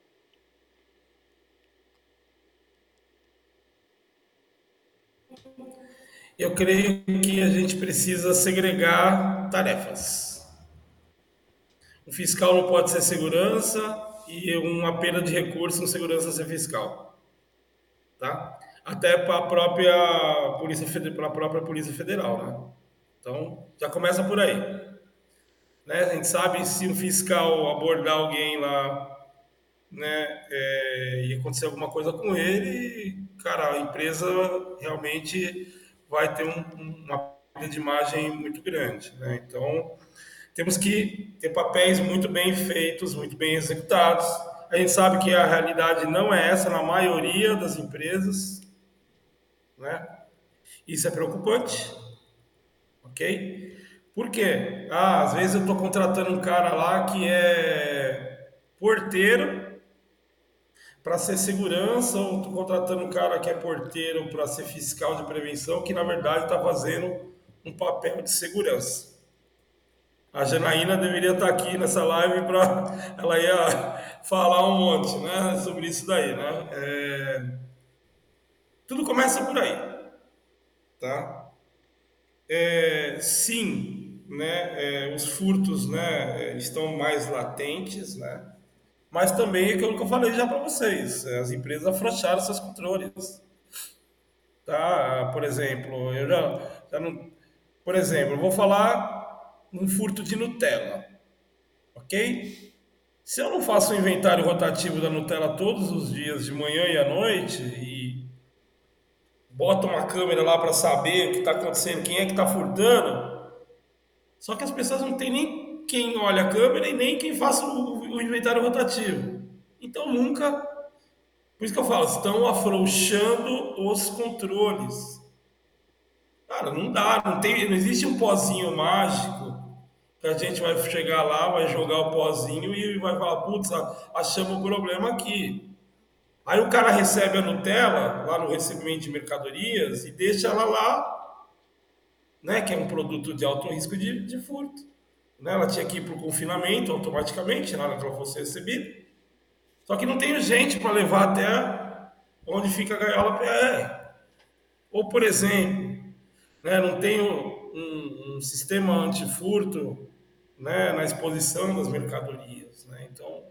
Eu creio que a gente precisa segregar tarefas. Um fiscal não pode ser segurança e uma perda de recursos no segurança ser fiscal, tá? Até para a própria Polícia Federal, né? Então, já começa por aí, né? A gente sabe se um fiscal abordar alguém lá, né, e acontecer alguma coisa com ele, cara, a empresa realmente vai ter uma perda de imagem muito grande, né? Então, temos que ter papéis muito bem feitos, muito bem executados. A gente sabe que a realidade não é essa na maioria das empresas, né? Isso é preocupante, ok? Por quê? Às vezes eu estou contratando um cara lá que é porteiro para ser segurança, ou estou contratando um cara que é porteiro para ser fiscal de prevenção, que na verdade está fazendo um papel de segurança. A Janaína deveria estar aqui nessa live para ela ia falar um monte, né, sobre isso daí, né? Tudo começa por aí, tá? Sim, né? Os furtos, né, estão mais latentes, né? Mas também é aquilo que eu falei já para vocês, as empresas afrouxaram seus controles, tá? Por exemplo, já não, por exemplo, eu vou falar um furto de Nutella, ok? Se eu não faço um inventário rotativo da Nutella todos os dias, de manhã e à noite, e boto uma câmera lá para saber o que está acontecendo, quem é que está furtando, só que as pessoas não têm nem quem olha a câmera e nem quem faça o inventário rotativo. Então nunca. Por isso que eu falo, estão afrouxando os controles. Cara, não dá, não existe um pozinho mágico que a gente vai chegar lá, vai jogar o pozinho e vai falar, putz, achamos o problema aqui. Aí o cara recebe a Nutella lá no recebimento de mercadorias e deixa ela lá, né, que é um produto de alto risco de furto. Né? Ela tinha que ir para o confinamento automaticamente, na hora que ela fosse recebida. Só que não tem gente para levar até onde fica a gaiola PR. Ou, por exemplo, né, não tem um sistema antifurto, né, na exposição das mercadorias. Né? Então,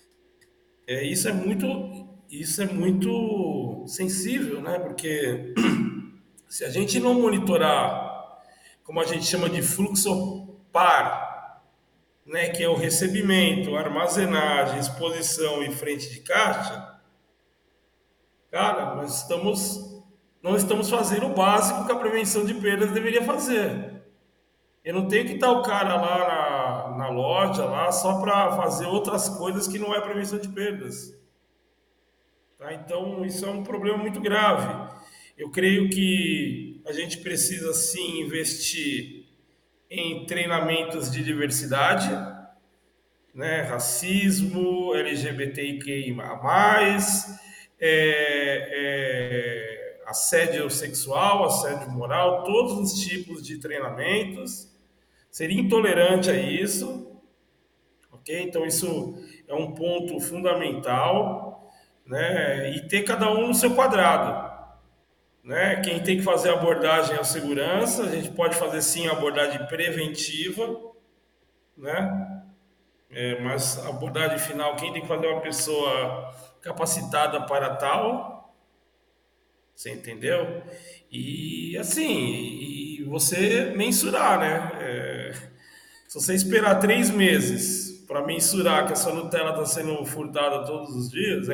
isso é muito sensível, né? Porque se a gente não monitorar, como a gente chama de fluxo par, né, que é o recebimento, armazenagem, exposição e frente de caixa, cara, não estamos fazendo o básico que a prevenção de perdas deveria fazer. Eu não tenho que estar o cara lá na loja lá só para fazer outras coisas que não é prevenção de perdas. Tá? Então, isso é um problema muito grave. Eu creio que a gente precisa sim investir em treinamentos de diversidade, né? Racismo, LGBTIQIA+, assédio sexual, assédio moral, todos os tipos de treinamentos. Seria intolerante a isso, ok? Então isso é um ponto fundamental, né? E ter cada um no seu quadrado, né? Quem tem que fazer a abordagem é a segurança, a gente pode fazer sim a abordagem preventiva, né? Mas a abordagem final, quem tem que fazer é uma pessoa capacitada para tal, você entendeu? E assim, e você mensurar, né? Se você esperar 3 meses para mensurar que a sua Nutella está sendo furtada todos os dias,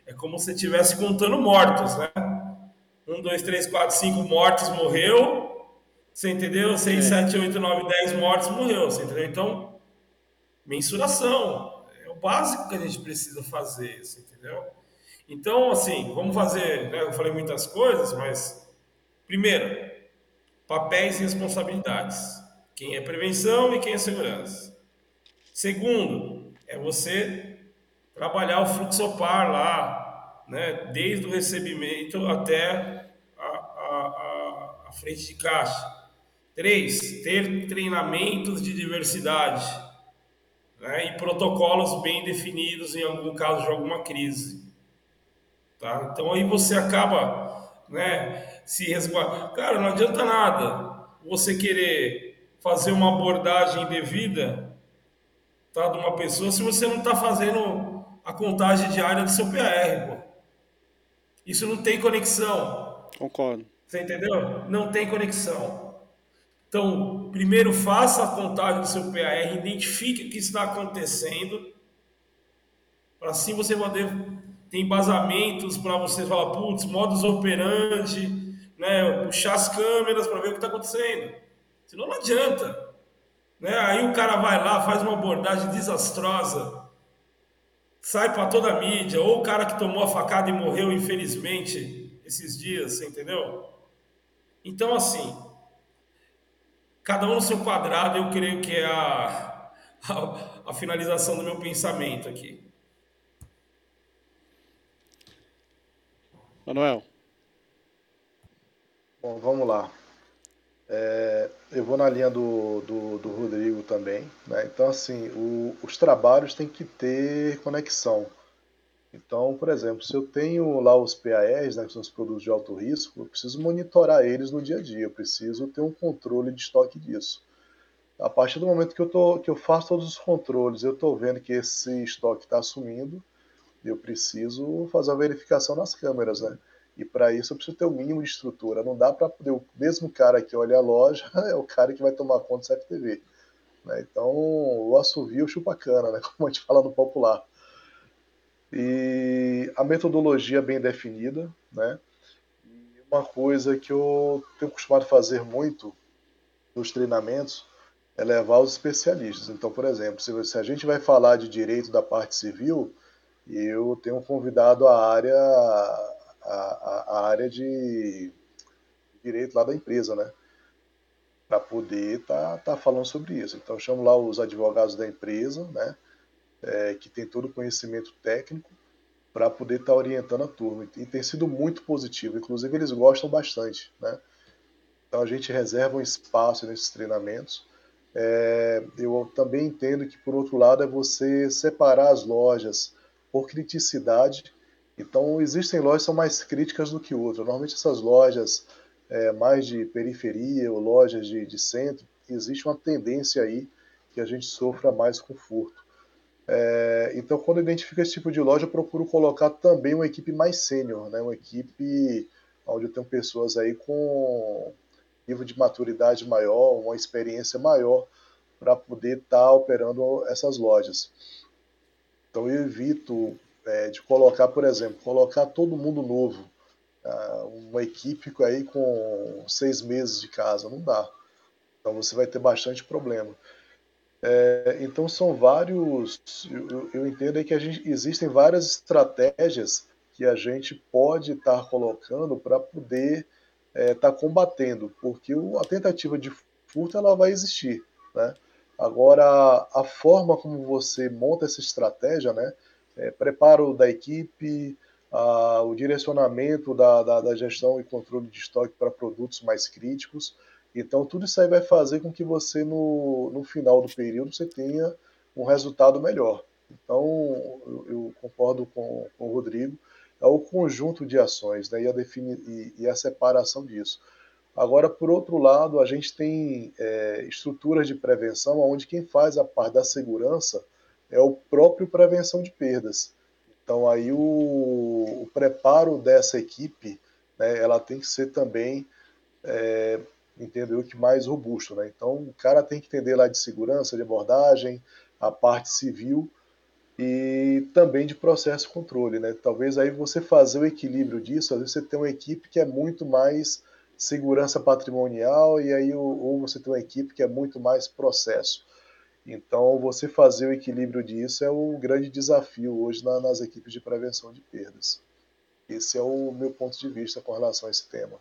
É como se estivesse contando mortos, né? 1, 2, 3, 4, 5 mortos, morreu. Você entendeu? 6, 7, 8, 9, 10 mortos, morreu. Você entendeu? Então, mensuração. É o básico que a gente precisa fazer, você entendeu? Então, assim, vamos fazer, né? Eu falei muitas coisas, mas primeiro, papéis e responsabilidades. Quem é prevenção e quem é segurança. Segundo, é você trabalhar o fluxopar lá, né? Desde o recebimento até a frente de caixa. Três, ter treinamentos de diversidade, né? E protocolos bem definidos em algum caso de alguma crise. Tá? Então aí você acaba, né, se resguardando. Cara, não adianta nada você querer fazer uma abordagem devida, tá, de uma pessoa se você não está fazendo a contagem diária do seu PAR, pô. Isso não tem conexão. Concordo. Você entendeu? Não tem conexão. Então, primeiro faça a contagem do seu PAR, identifique o que está acontecendo, para assim você poder ter embasamentos para você falar, putz, modus operandi, né, puxar as câmeras para ver o que está acontecendo. Senão não adianta. Né? Aí o cara vai lá, faz uma abordagem desastrosa, sai para toda a mídia, ou o cara que tomou a facada e morreu, infelizmente, esses dias, você entendeu? Então, assim, cada um no seu quadrado, eu creio que é a finalização do meu pensamento aqui. Manuel. Bom, vamos lá. Eu vou na linha do Rodrigo também, né? Então, assim, os trabalhos têm que ter conexão. Então, por exemplo, se eu tenho lá os PAEs, né, que são os produtos de alto risco, eu preciso monitorar eles no dia a dia, eu preciso ter um controle de estoque disso. A partir do momento que eu faço todos os controles, eu estou vendo que esse estoque está sumindo, eu preciso fazer a verificação nas câmeras, né? E para isso eu preciso ter o mínimo de estrutura. Não dá para poder, o mesmo cara que olha a loja é o cara que vai tomar conta do CFTV. Né? Então, o assovio chupa cana, né? Como a gente fala no popular. E a metodologia bem definida, né? E uma coisa que eu tenho costumado fazer muito nos treinamentos é levar os especialistas. Então, por exemplo, se a gente vai falar de direito da parte civil, eu tenho convidado a área de direito lá da empresa, né? Para poder tá falando sobre isso. Então, eu chamo lá os advogados da empresa, né? Que tem todo o conhecimento técnico para poder estar orientando a turma. E tem sido muito positivo. Inclusive, eles gostam bastante, né? Então, a gente reserva um espaço nesses treinamentos. Eu também entendo que, por outro lado, é você separar as lojas por criticidade. Então, existem lojas que são mais críticas do que outras. Normalmente, essas lojas mais de periferia ou lojas de centro, existe uma tendência aí que a gente sofra mais com furto. Então, quando eu identifico esse tipo de loja, eu procuro colocar também uma equipe mais sênior, né? Uma equipe onde eu tenho pessoas aí com nível de maturidade maior, uma experiência maior para poder estar operando essas lojas. Então, eu evito de colocar, por exemplo, colocar todo mundo novo, uma equipe aí com 6 meses de casa, não dá. Então, você vai ter bastante problema. Então são vários, eu entendo aí que existem várias estratégias que a gente pode estar colocando para poder estar combatendo, porque a tentativa de furto ela vai existir, né? Agora a forma como você monta essa estratégia, né? Preparo da equipe, o direcionamento da gestão e controle de estoque para produtos mais críticos, então, tudo isso aí vai fazer com que você, no final do período, você tenha um resultado melhor. Então, eu concordo com o Rodrigo, é o conjunto de ações, né, e a separação disso. Agora, por outro lado, a gente tem estruturas de prevenção onde quem faz a parte da segurança é o próprio prevenção de perdas. Então, aí o preparo dessa equipe, né, ela tem que ser também entendeu, que mais robusto, né? Então o cara tem que entender lá de segurança, de abordagem, a parte civil, e também de processo controle, né? Talvez aí você fazer o equilíbrio disso, às vezes você tem uma equipe que é muito mais segurança patrimonial e aí ou você tem uma equipe que é muito mais processo. Então, você fazer o equilíbrio disso é o grande desafio hoje nas equipes de prevenção de perdas. Esse é o meu ponto de vista com relação a esse tema.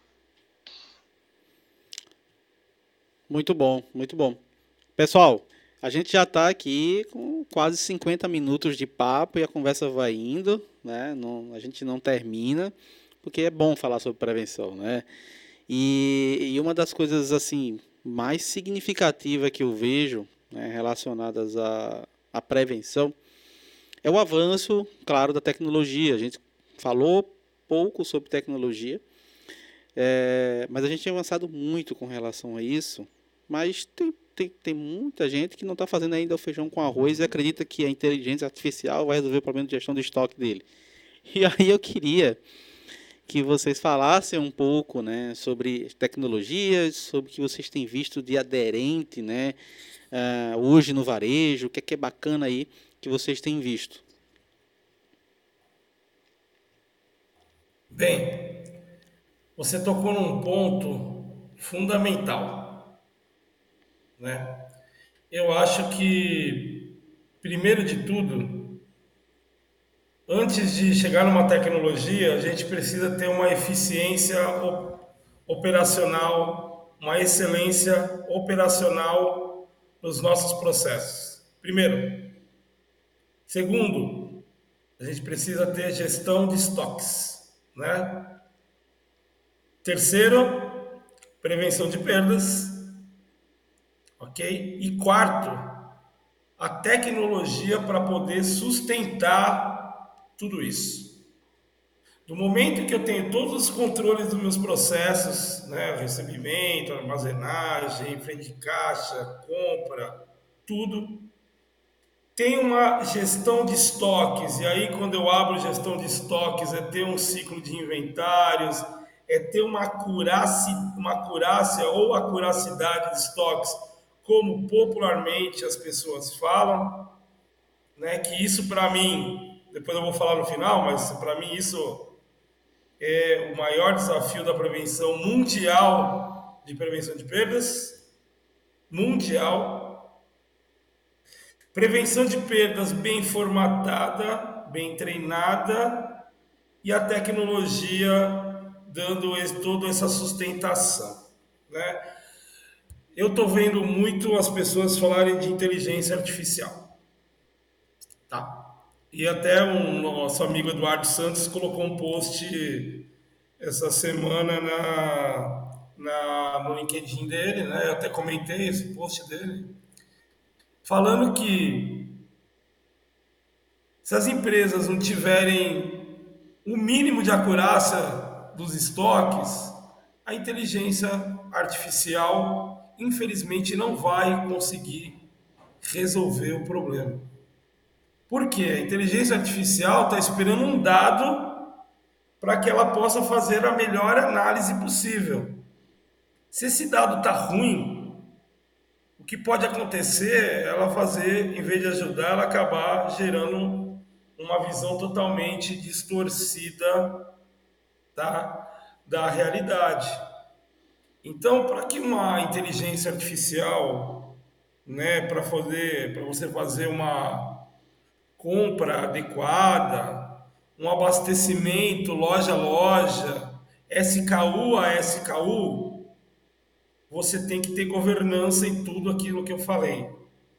Muito bom, muito bom. Pessoal, a gente já está aqui com quase 50 minutos de papo e a conversa vai indo, né? A gente não termina, porque é bom falar sobre prevenção, né? E uma das coisas assim mais significativa que eu vejo, né, relacionadas à prevenção é o avanço, claro, da tecnologia. A gente falou pouco sobre tecnologia, mas a gente tem avançado muito com relação a isso. Mas tem muita gente que não está fazendo ainda o feijão com arroz e acredita que a inteligência artificial vai resolver o problema de gestão do estoque dele. E aí eu queria que vocês falassem um pouco, né, sobre tecnologias, sobre o que vocês têm visto de aderente, né, hoje no varejo, o que é bacana aí que vocês têm visto. Bem, você tocou num ponto fundamental, né? Eu acho que, primeiro de tudo, antes de chegar numa tecnologia, a gente precisa ter uma eficiência operacional, uma excelência operacional nos nossos processos. Primeiro. Segundo, a gente precisa ter gestão de estoques, né? Terceiro, prevenção de perdas, ok? E quarto, a tecnologia para poder sustentar tudo isso. Do momento que eu tenho todos os controles dos meus processos, né, recebimento, armazenagem, frente de caixa, compra, tudo, tem uma gestão de estoques, e aí quando eu abro gestão de estoques é ter um ciclo de inventários, é ter uma acurácia ou acuracidade de estoques, como popularmente as pessoas falam, né? Que isso para mim, depois eu vou falar no final, mas para mim isso é o maior desafio da prevenção mundial de prevenção de perdas, mundial. Prevenção de perdas bem formatada, bem treinada e a tecnologia dando toda essa sustentação, né? Eu estou vendo muito as pessoas falarem de inteligência artificial, tá? E até um nosso amigo Eduardo Santos colocou um post essa semana no LinkedIn dele, né? Eu até comentei esse post dele, falando que se as empresas não tiverem o mínimo de acurácia dos estoques, a inteligência artificial, infelizmente, não vai conseguir resolver o problema. Por quê? A inteligência artificial está esperando um dado para que ela possa fazer a melhor análise possível. Se esse dado está ruim, o que pode acontecer é ela fazer, em vez de ajudar, ela acabar gerando uma visão totalmente distorcida da realidade. Então, para que uma inteligência artificial, né, para você fazer uma compra adequada, um abastecimento loja a loja, SKU a SKU, você tem que ter governança em tudo aquilo que eu falei.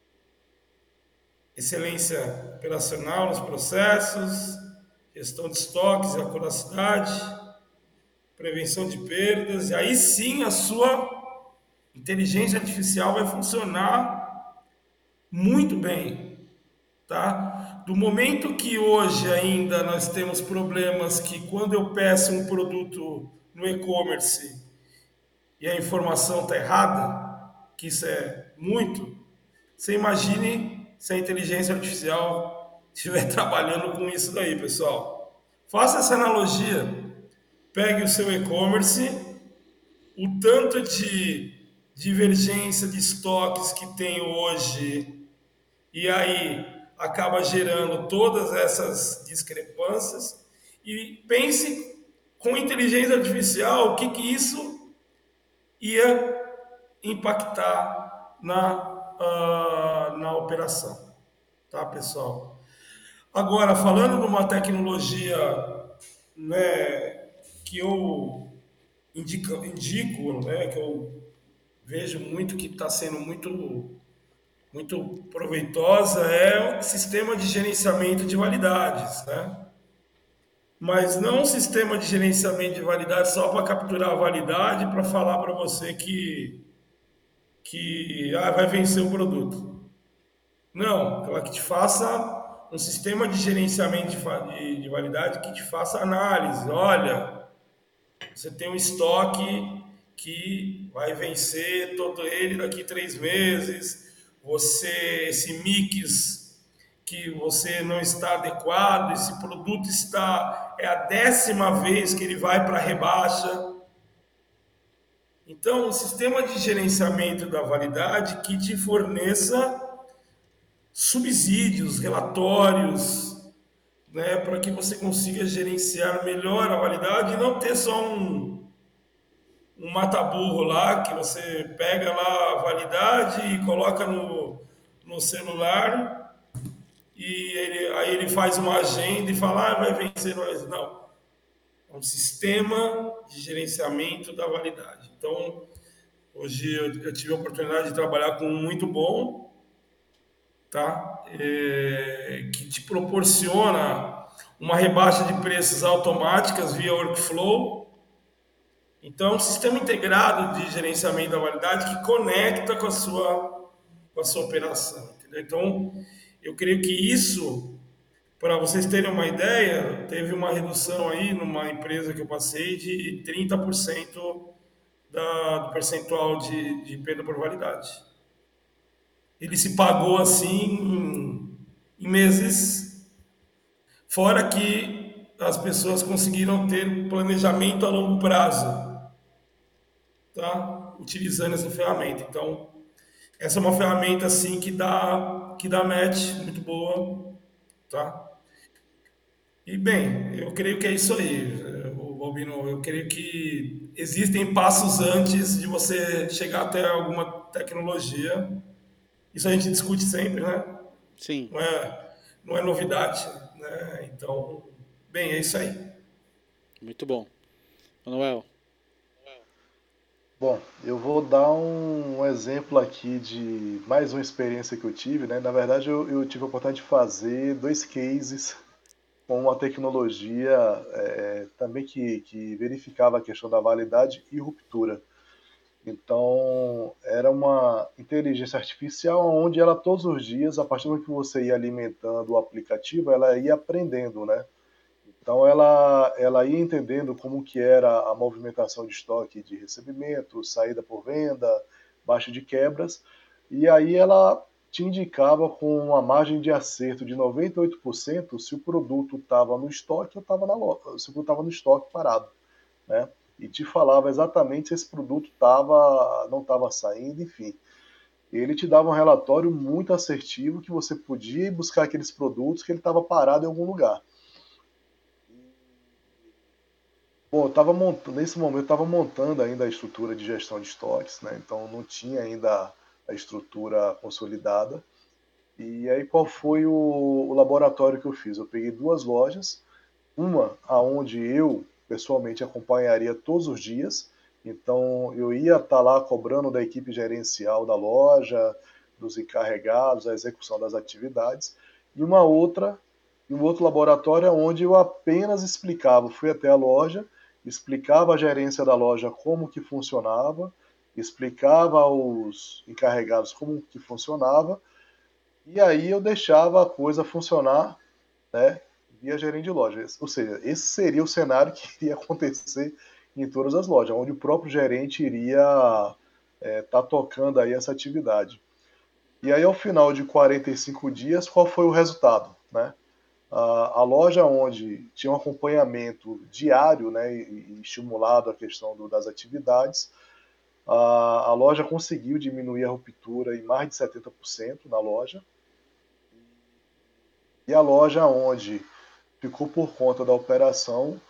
Excelência operacional nos processos, gestão de estoques e acuracidade, prevenção de perdas, e aí sim a sua inteligência artificial vai funcionar muito bem, tá? Do momento que hoje ainda nós temos problemas que quando eu peço um produto no e-commerce e a informação está errada, que isso é muito, você imagine se a inteligência artificial estiver trabalhando com isso daí, pessoal. Faça essa analogia. Pegue o seu e-commerce, o tanto de divergência de estoques que tem hoje, e aí acaba gerando todas essas discrepâncias. E pense com inteligência artificial o que, que isso ia impactar na operação, tá, pessoal? Agora, falando de uma tecnologia, né, que eu indico, né, que eu vejo muito que está sendo muito proveitosa, é o sistema de gerenciamento de validades, né? Mas não um sistema de gerenciamento de validade só para capturar a validade para falar para você que vai vencer o produto. Não, ela que te faça um sistema de gerenciamento de validade que te faça análise. Olha, você tem um estoque que vai vencer todo ele daqui 3 meses. Esse mix que você não está adequado, esse produto é a 10ª vez que ele vai para rebaixa. Então, um sistema de gerenciamento da validade que te forneça subsídios, relatórios, né, para que você consiga gerenciar melhor a validade e não ter só um mata-burro lá que você pega lá a validade e coloca no celular e aí ele faz uma agenda e fala, vai vencer nós. Não, é um sistema de gerenciamento da validade. Então, hoje eu tive a oportunidade de trabalhar com um muito bom, tá? Que te proporciona uma rebaixa de preços automáticas via workflow. Então, é um sistema integrado de gerenciamento da validade que conecta com a sua operação. Entendeu? Então, eu creio que isso, para vocês terem uma ideia, teve uma redução aí numa empresa que eu passei de 30% do percentual de perda por validade. Ele se pagou assim em meses, fora que as pessoas conseguiram ter planejamento a longo prazo, tá? Utilizando essa ferramenta. Então, essa é uma ferramenta assim que dá match muito boa, tá? E bem, eu creio que é isso aí, Balbino. Eu creio que existem passos antes de você chegar até alguma tecnologia. Isso a gente discute sempre, né? Sim, Não é novidade, né? Então, bem, é isso aí. muito bom. Manuel. Bom, eu vou dar um exemplo aqui de mais uma experiência que eu tive, né? Na verdade, eu tive a oportunidade de fazer 2 cases com uma tecnologia também que verificava a questão da validade e ruptura. Então, era uma inteligência artificial onde ela todos os dias, a partir do momento que você ia alimentando o aplicativo, ela ia aprendendo, né? Então ela ia entendendo como que era a movimentação de estoque de recebimento, saída por venda, baixa de quebras, e aí ela te indicava com uma margem de acerto de 98% se o produto estava no estoque ou estava na loja, se o produto estava no estoque parado, né? E te falava exatamente se esse produto não estava saindo, enfim. Ele te dava um relatório muito assertivo que você podia ir buscar aqueles produtos que ele estava parado em algum lugar. Bom, nesse momento eu estava montando ainda a estrutura de gestão de estoques, né? Então não tinha ainda a estrutura consolidada. E aí qual foi o laboratório que eu fiz? Eu peguei 2 lojas, uma aonde eu pessoalmente acompanharia todos os dias, então eu ia estar lá cobrando da equipe gerencial da loja, dos encarregados, a execução das atividades, e um outro laboratório onde eu apenas explicava, fui até a loja, explicava a gerência da loja como que funcionava, explicava aos encarregados como que funcionava, e aí eu deixava a coisa funcionar, né, via gerente de loja. Ou seja, esse seria o cenário que iria acontecer em todas as lojas, onde o próprio gerente iria tá tocando aí essa atividade. E aí, ao final de 45 dias, qual foi o resultado? Né? A loja onde tinha um acompanhamento diário, né, e estimulado a questão das atividades, a loja conseguiu diminuir a ruptura em mais de 70% na loja. E a loja onde ficou por conta da operação,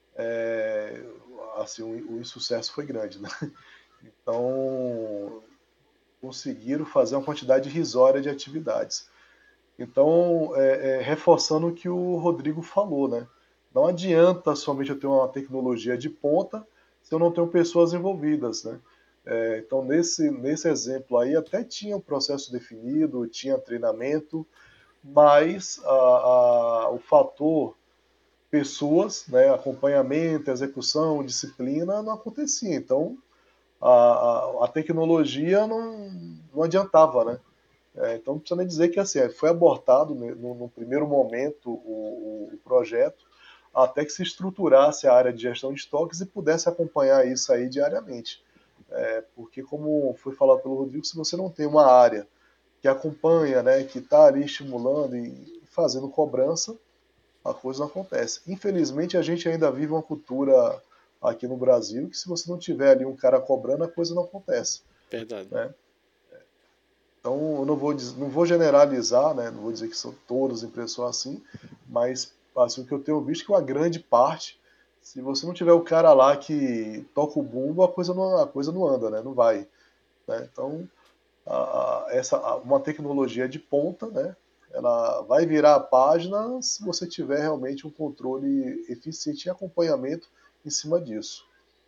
assim, o insucesso foi grande, né? Então, conseguiram fazer uma quantidade irrisória de atividades. Então, reforçando o que o Rodrigo falou, né? Não adianta somente eu ter uma tecnologia de ponta se eu não tenho pessoas envolvidas, né? Então, nesse exemplo aí, até tinha o processo definido, tinha treinamento, mas o fator pessoas, né, acompanhamento, execução, disciplina, não acontecia. Então, a tecnologia não adiantava, né? Então, não precisa nem dizer que assim, foi abortado no primeiro momento o projeto, até que se estruturasse a área de gestão de estoques e pudesse acompanhar isso aí diariamente. Porque, como foi falado pelo Rodrigo, se você não tem uma área que acompanha, né, que está ali estimulando e fazendo cobrança, a coisa não acontece. Infelizmente, a gente ainda vive uma cultura aqui no Brasil que se você não tiver ali um cara cobrando, a coisa não acontece. Verdade. Né? Então, eu não vou generalizar, né? Não vou dizer que são todas as empresas são assim, mas assim, o que eu tenho visto é que uma grande parte, se você não tiver o cara lá que toca o bumbo, a coisa não anda, né? Não vai. Né? Então, uma tecnologia de ponta, né? Ela vai virar a página se você tiver realmente um controle eficiente e acompanhamento em cima disso.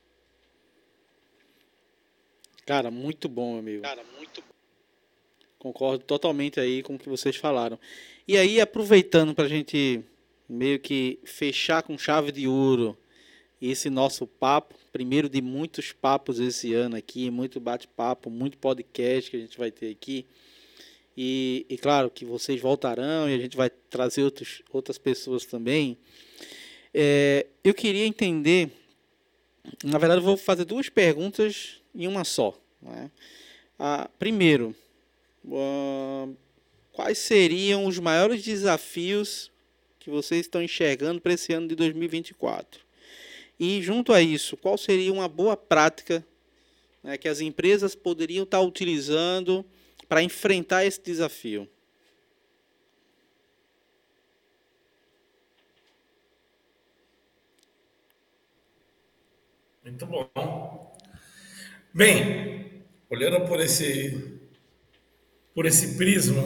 Cara, muito bom, meu amigo. Concordo totalmente aí com o que vocês falaram. E aí, aproveitando para a gente meio que fechar com chave de ouro esse nosso papo, primeiro de muitos papos esse ano aqui, muito bate-papo, muito podcast que a gente vai ter aqui. E claro que vocês voltarão e a gente vai trazer outras pessoas também. Eu queria entender, na verdade, eu vou fazer duas perguntas em uma só. Né? Primeiro, quais seriam os maiores desafios que vocês estão enxergando para esse ano de 2024? E junto a isso, qual seria uma boa prática, né, que as empresas poderiam estar utilizando para enfrentar esse desafio? Muito bom. Bem, olhando por esse prisma,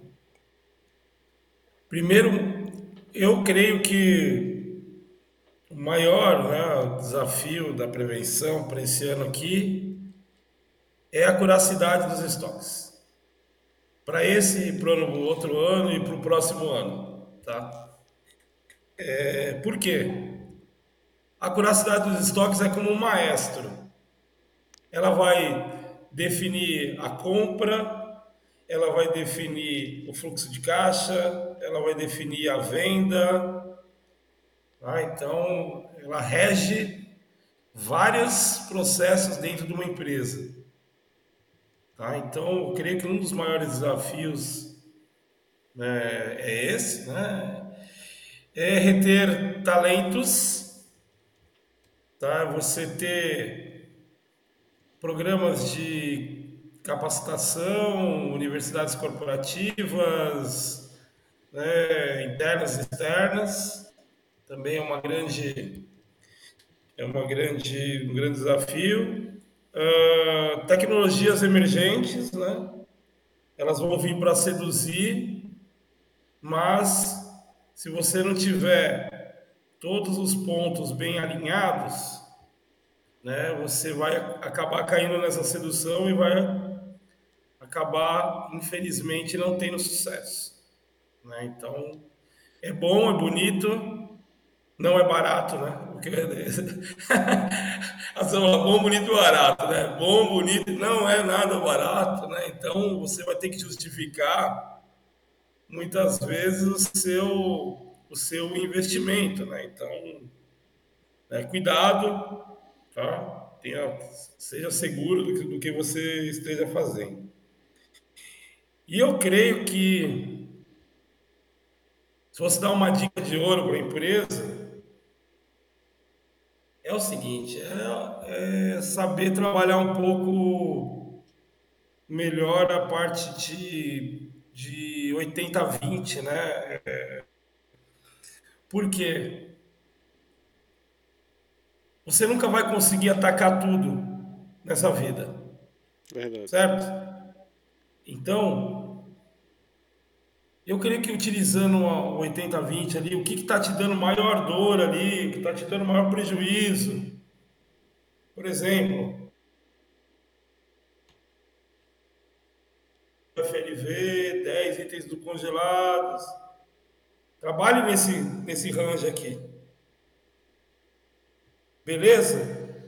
primeiro, eu creio que o maior, né, desafio da prevenção para esse ano aqui é a curacidade dos estoques. Para esse, para o outro ano e para o próximo ano, tá? Por quê? A curacidade dos estoques é como um maestro. Ela vai definir a compra, ela vai definir o fluxo de caixa, ela vai definir a venda. Tá? Então, ela rege vários processos dentro de uma empresa. Tá? Então, eu creio que um dos maiores desafios, né, é esse, né? É reter talentos, tá? Você ter programas de capacitação, universidades corporativas, né, internas e externas, também um grande desafio. Tecnologias emergentes, né? Elas vão vir para seduzir, mas se você não tiver todos os pontos bem alinhados, né, você vai acabar caindo nessa sedução e vai acabar, infelizmente, não tendo sucesso. Né? Então, é bom, é bonito, não é barato, né? Porque ação é bom, bonito e barato, né? Bom, bonito, não é nada barato, né? Então, você vai ter que justificar muitas vezes o seu investimento, né? Então, né, cuidado, tá? Seja seguro do que você esteja fazendo. E eu creio que, se você dar uma dica de ouro para a empresa, é o seguinte: é saber trabalhar um pouco melhor a parte de de 80-20, né? Por quê? Você nunca vai conseguir atacar tudo nessa vida, Verdade. certo? Então, eu creio que utilizando o 80-20 ali, o que está te dando maior dor ali, o que está te dando maior prejuízo, por exemplo, FLV, 10 itens do congelados, trabalhe nesse range aqui, beleza?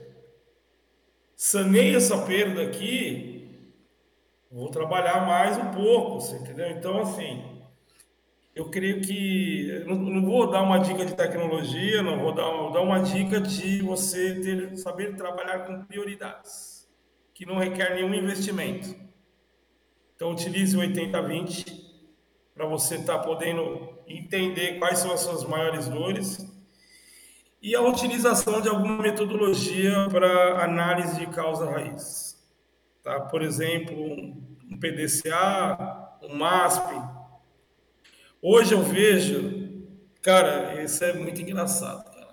Sanei essa perda aqui, vou trabalhar mais um pouco, você entendeu? Então, assim, eu creio que não vou dar uma dica de tecnologia, não vou dar uma dica de você saber trabalhar com prioridades, que não requer nenhum investimento. Então utilize o 80-20 para você estar podendo entender quais são as suas maiores dores e a utilização de alguma metodologia para análise de causa raiz. Tá? Por exemplo, um PDCA, um MASP. Hoje eu vejo, cara, isso é muito engraçado, cara.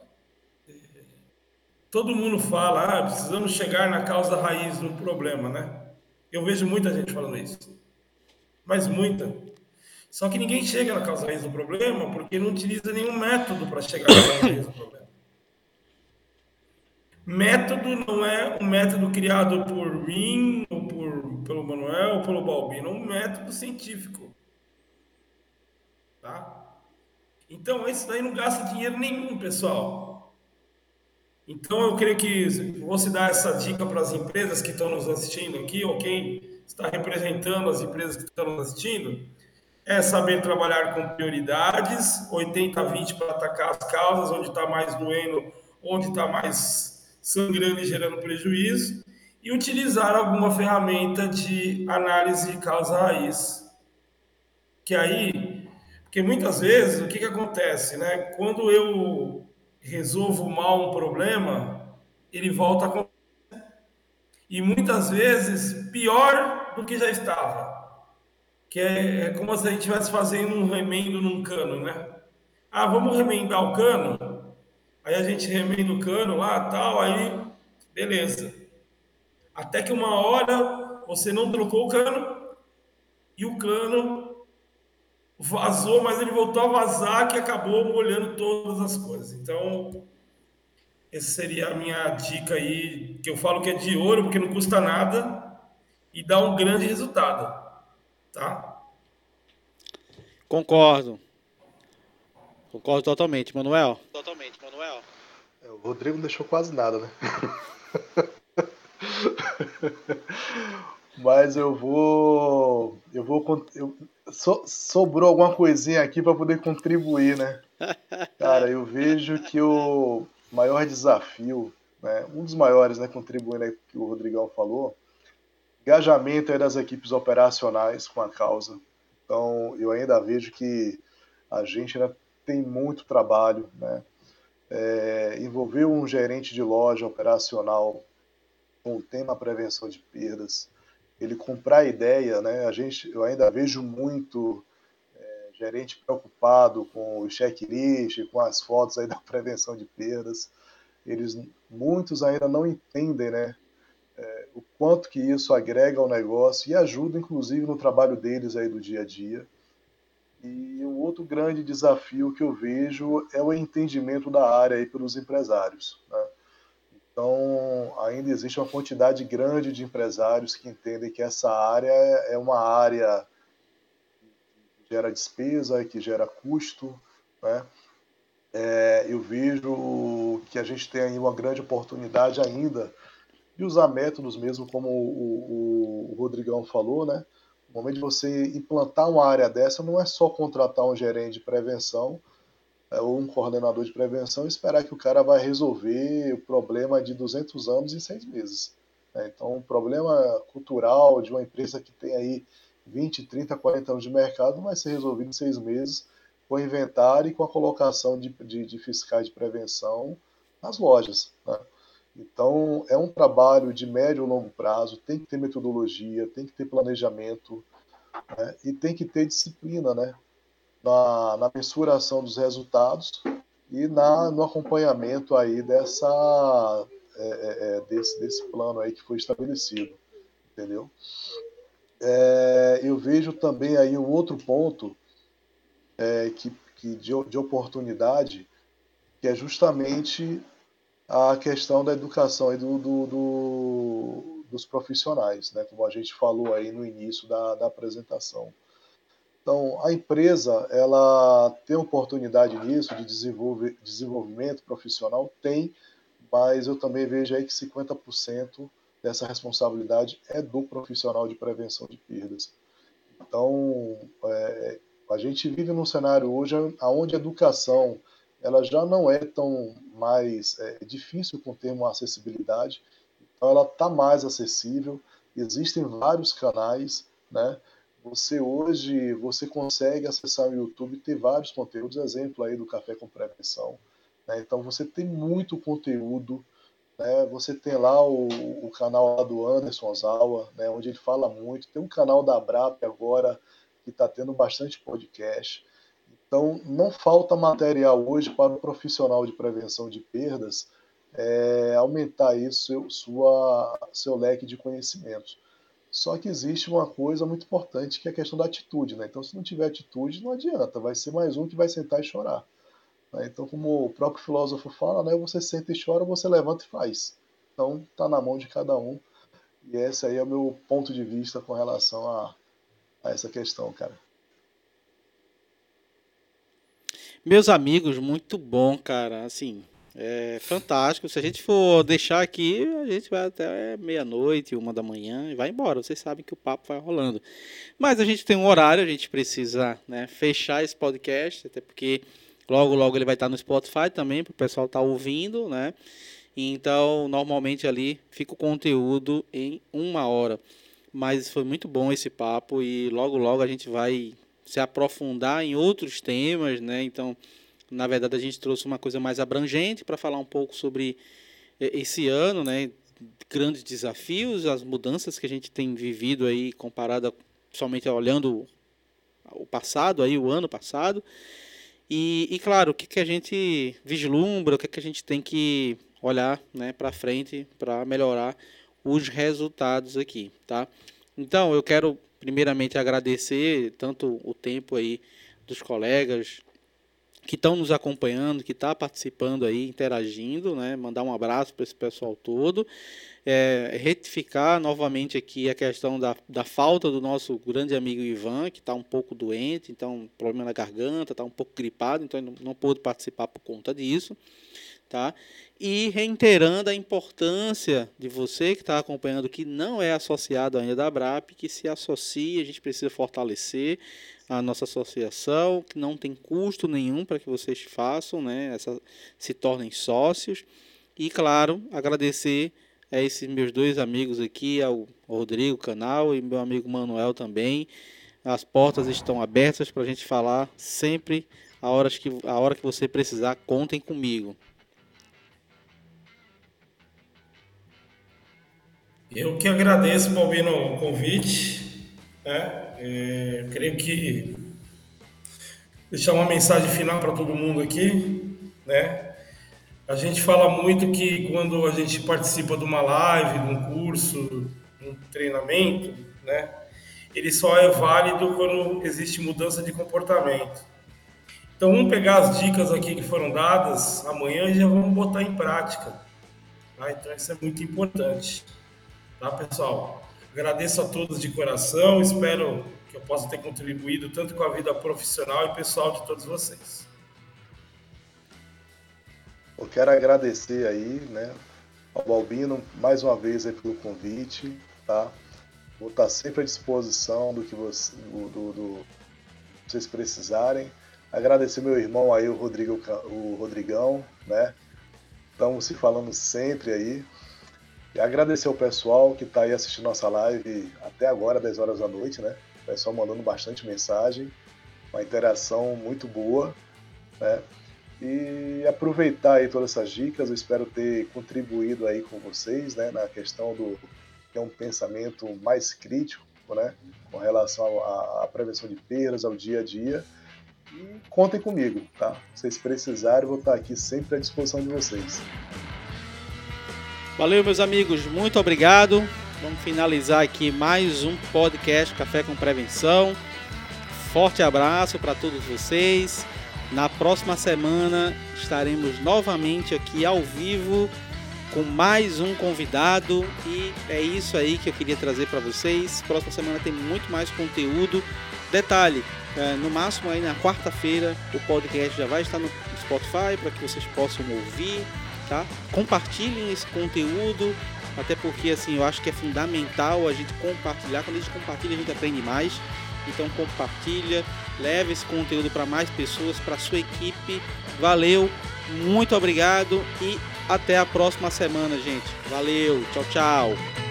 Todo mundo fala, precisamos chegar na causa raiz do problema, né? Eu vejo muita gente falando isso, mas muita. Só que ninguém chega na causa raiz do problema porque não utiliza nenhum método para chegar na causa raiz do problema. Método não é um método criado por mim, ou pelo Manuel, ou pelo Balbino, é um método científico, tá? Então, isso daí não gasta dinheiro nenhum, pessoal. Então, eu creio que vou se dar essa dica para as empresas que estão nos assistindo aqui, ou quem está representando as empresas que estão nos assistindo, é saber trabalhar com prioridades, 80-20 para atacar as causas, onde está mais doendo, onde está mais sangrando e gerando prejuízo, e utilizar alguma ferramenta de análise de causa raiz. Que aí, porque muitas vezes o que acontece, né? Quando eu resolvo mal um problema, ele volta a, e muitas vezes pior do que já estava. Que é como se a gente estivesse fazendo um remendo num cano, né? Ah, vamos remendar o cano? Aí a gente remenda o cano lá, tal, aí beleza. Até que uma hora você não trocou o cano e o cano vazou, mas ele voltou a vazar que acabou molhando todas as coisas. Então, essa seria a minha dica aí, que eu falo que é de ouro, porque não custa nada e dá um grande resultado, tá? Concordo. Concordo totalmente, Manuel. O Rodrigo não deixou quase nada, né? Mas sobrou alguma coisinha aqui para poder contribuir, né? Cara, eu vejo que o maior desafio, né, um dos maiores, né, contribuindo aí com o que o Rodrigão falou, engajamento aí das equipes operacionais com a causa. Então, eu ainda vejo que a gente ainda tem muito trabalho, né? Envolver um gerente de loja operacional com o tema prevenção de perdas, ele comprar a ideia, né? Eu ainda vejo muito gerente preocupado com o checklist, com as fotos aí da prevenção de perdas. Muitos ainda não entendem, né? O quanto que isso agrega ao negócio e ajuda, inclusive, no trabalho deles aí do dia a dia. E um outro grande desafio que eu vejo é o entendimento da área aí pelos empresários, né? Então, ainda existe uma quantidade grande de empresários que entendem que essa área é uma área que gera despesa, que gera custo, né? Eu vejo que a gente tem aí uma grande oportunidade ainda de usar métodos mesmo, como o Rodrigão falou, né? No momento de você implantar uma área dessa, não é só contratar um gerente de prevenção ou um coordenador de prevenção e esperar que o cara vai resolver o problema de 200 anos em 6 meses, né? Então, um problema cultural de uma empresa que tem aí 20, 30, 40 anos de mercado não vai ser resolvido em 6 meses com o inventário e com a colocação de fiscais de prevenção nas lojas, né? Então, é um trabalho de médio e longo prazo, tem que ter metodologia, tem que ter planejamento. né? E tem que ter disciplina, né? Na mensuração dos resultados e no acompanhamento aí desse plano aí que foi estabelecido, entendeu? Eu vejo também aí um outro ponto de oportunidade, que é justamente a questão da educação aí dos profissionais, né? Como a gente falou aí no início da apresentação. Então, a empresa, ela tem oportunidade nisso, de desenvolvimento profissional? Tem, mas eu também vejo aí que 50% dessa responsabilidade é do profissional de prevenção de perdas. Então, a gente vive num cenário hoje onde a educação ela já não é tão mais difícil com o termo acessibilidade, então ela está mais acessível, existem vários canais, né? Você consegue acessar o YouTube e ter vários conteúdos, exemplo aí do Café com Prevenção, né? Então você tem muito conteúdo, né? Você tem lá o canal lá do Anderson Ozawa, né? Onde ele fala muito, tem um canal da Abrap agora que está tendo bastante podcast. Então não falta material hoje para o profissional de prevenção de perdas aumentar aí seu leque de conhecimentos. Só que existe uma coisa muito importante que é a questão da atitude, né? Então, se não tiver atitude, não adianta, vai ser mais um que vai sentar e chorar, né? Então, como o próprio filósofo fala, né? Você senta e chora, você levanta e faz. Então, tá na mão de cada um. E esse aí é o meu ponto de vista com relação a essa questão, cara. Meus amigos, muito bom, cara. Assim, é fantástico. Se a gente for deixar aqui, a gente vai até meia-noite, 1 da manhã e vai embora. Vocês sabem que o papo vai rolando. Mas a gente tem um horário, a gente precisa, né, fechar esse podcast, até porque logo, logo ele vai estar no Spotify também, para o pessoal estar ouvindo, né? Então, normalmente ali fica o conteúdo em 1 hora. Mas foi muito bom esse papo e logo, logo a gente vai se aprofundar em outros temas, né? Então, na verdade, a gente trouxe uma coisa mais abrangente para falar um pouco sobre esse ano, né? Grandes desafios, as mudanças que a gente tem vivido aí, comparada somente olhando o passado, aí o ano passado. E claro, o que, que a gente vislumbra, o que, que a gente tem que olhar, né, para frente para melhorar os resultados aqui, tá? Então, eu quero primeiramente agradecer tanto o tempo aí dos colegas que estão nos acompanhando, que está participando aí, interagindo, né? Mandar um abraço para esse pessoal todo. Retificar novamente aqui a questão da falta do nosso grande amigo Ivan, que está um pouco doente, então problema na garganta, está um pouco gripado, então não pôde participar por conta disso. Tá? E reiterando a importância de você que está acompanhando, que não é associado ainda da Abrap, que se associe, a gente precisa fortalecer a nossa associação, que não tem custo nenhum para que vocês façam, né? Se tornem sócios. E, claro, agradecer a esses meus dois amigos aqui, ao Rodrigo Canal e meu amigo Manuel também. As portas estão abertas para a gente falar sempre, a hora que você precisar, contem comigo. Eu que agradeço, Balbino, o convite. Né? Creio que deixar uma mensagem final para todo mundo aqui, né? A gente fala muito que quando a gente participa de uma live, de um curso, de um treinamento, né? Ele só é válido quando existe mudança de comportamento. Então vamos pegar as dicas aqui que foram dadas amanhã e já vamos botar em prática. Tá? Então isso é muito importante. Tá, pessoal? Agradeço a todos de coração, espero que eu possa ter contribuído tanto com a vida profissional e pessoal de todos vocês. Eu quero agradecer aí, né, ao Balbino mais uma vez aí pelo convite, tá? Vou estar sempre à disposição do que vocês precisarem. Agradecer meu irmão aí, o Rodrigão, né? Estamos se falando sempre aí. E agradecer ao pessoal que está aí assistindo nossa live até agora, 10 horas da noite, né? O pessoal mandando bastante mensagem, uma interação muito boa, né? E aproveitar aí todas essas dicas, eu espero ter contribuído aí com vocês, né? Na questão do que é um pensamento mais crítico, prático, né? Com relação à prevenção de perdas, ao dia a dia. E contem comigo, tá? Se vocês precisarem, eu vou estar aqui sempre à disposição de vocês. Valeu, meus amigos, muito obrigado. Vamos finalizar aqui mais um podcast Café com Prevenção. Forte abraço para todos vocês. Na próxima semana estaremos novamente aqui ao vivo com mais um convidado, e é isso aí que eu queria trazer para vocês. Próxima semana tem muito mais conteúdo. Detalhe, no máximo aí na quarta-feira o podcast já vai estar no Spotify para que vocês possam ouvir, tá? Compartilhem esse conteúdo, até porque assim, eu acho que é fundamental a gente compartilhar. Quando a gente compartilha, a gente aprende mais. Então compartilha, leve esse conteúdo para mais pessoas, para sua equipe. Valeu, muito obrigado e até a próxima semana, gente. Valeu, tchau, tchau.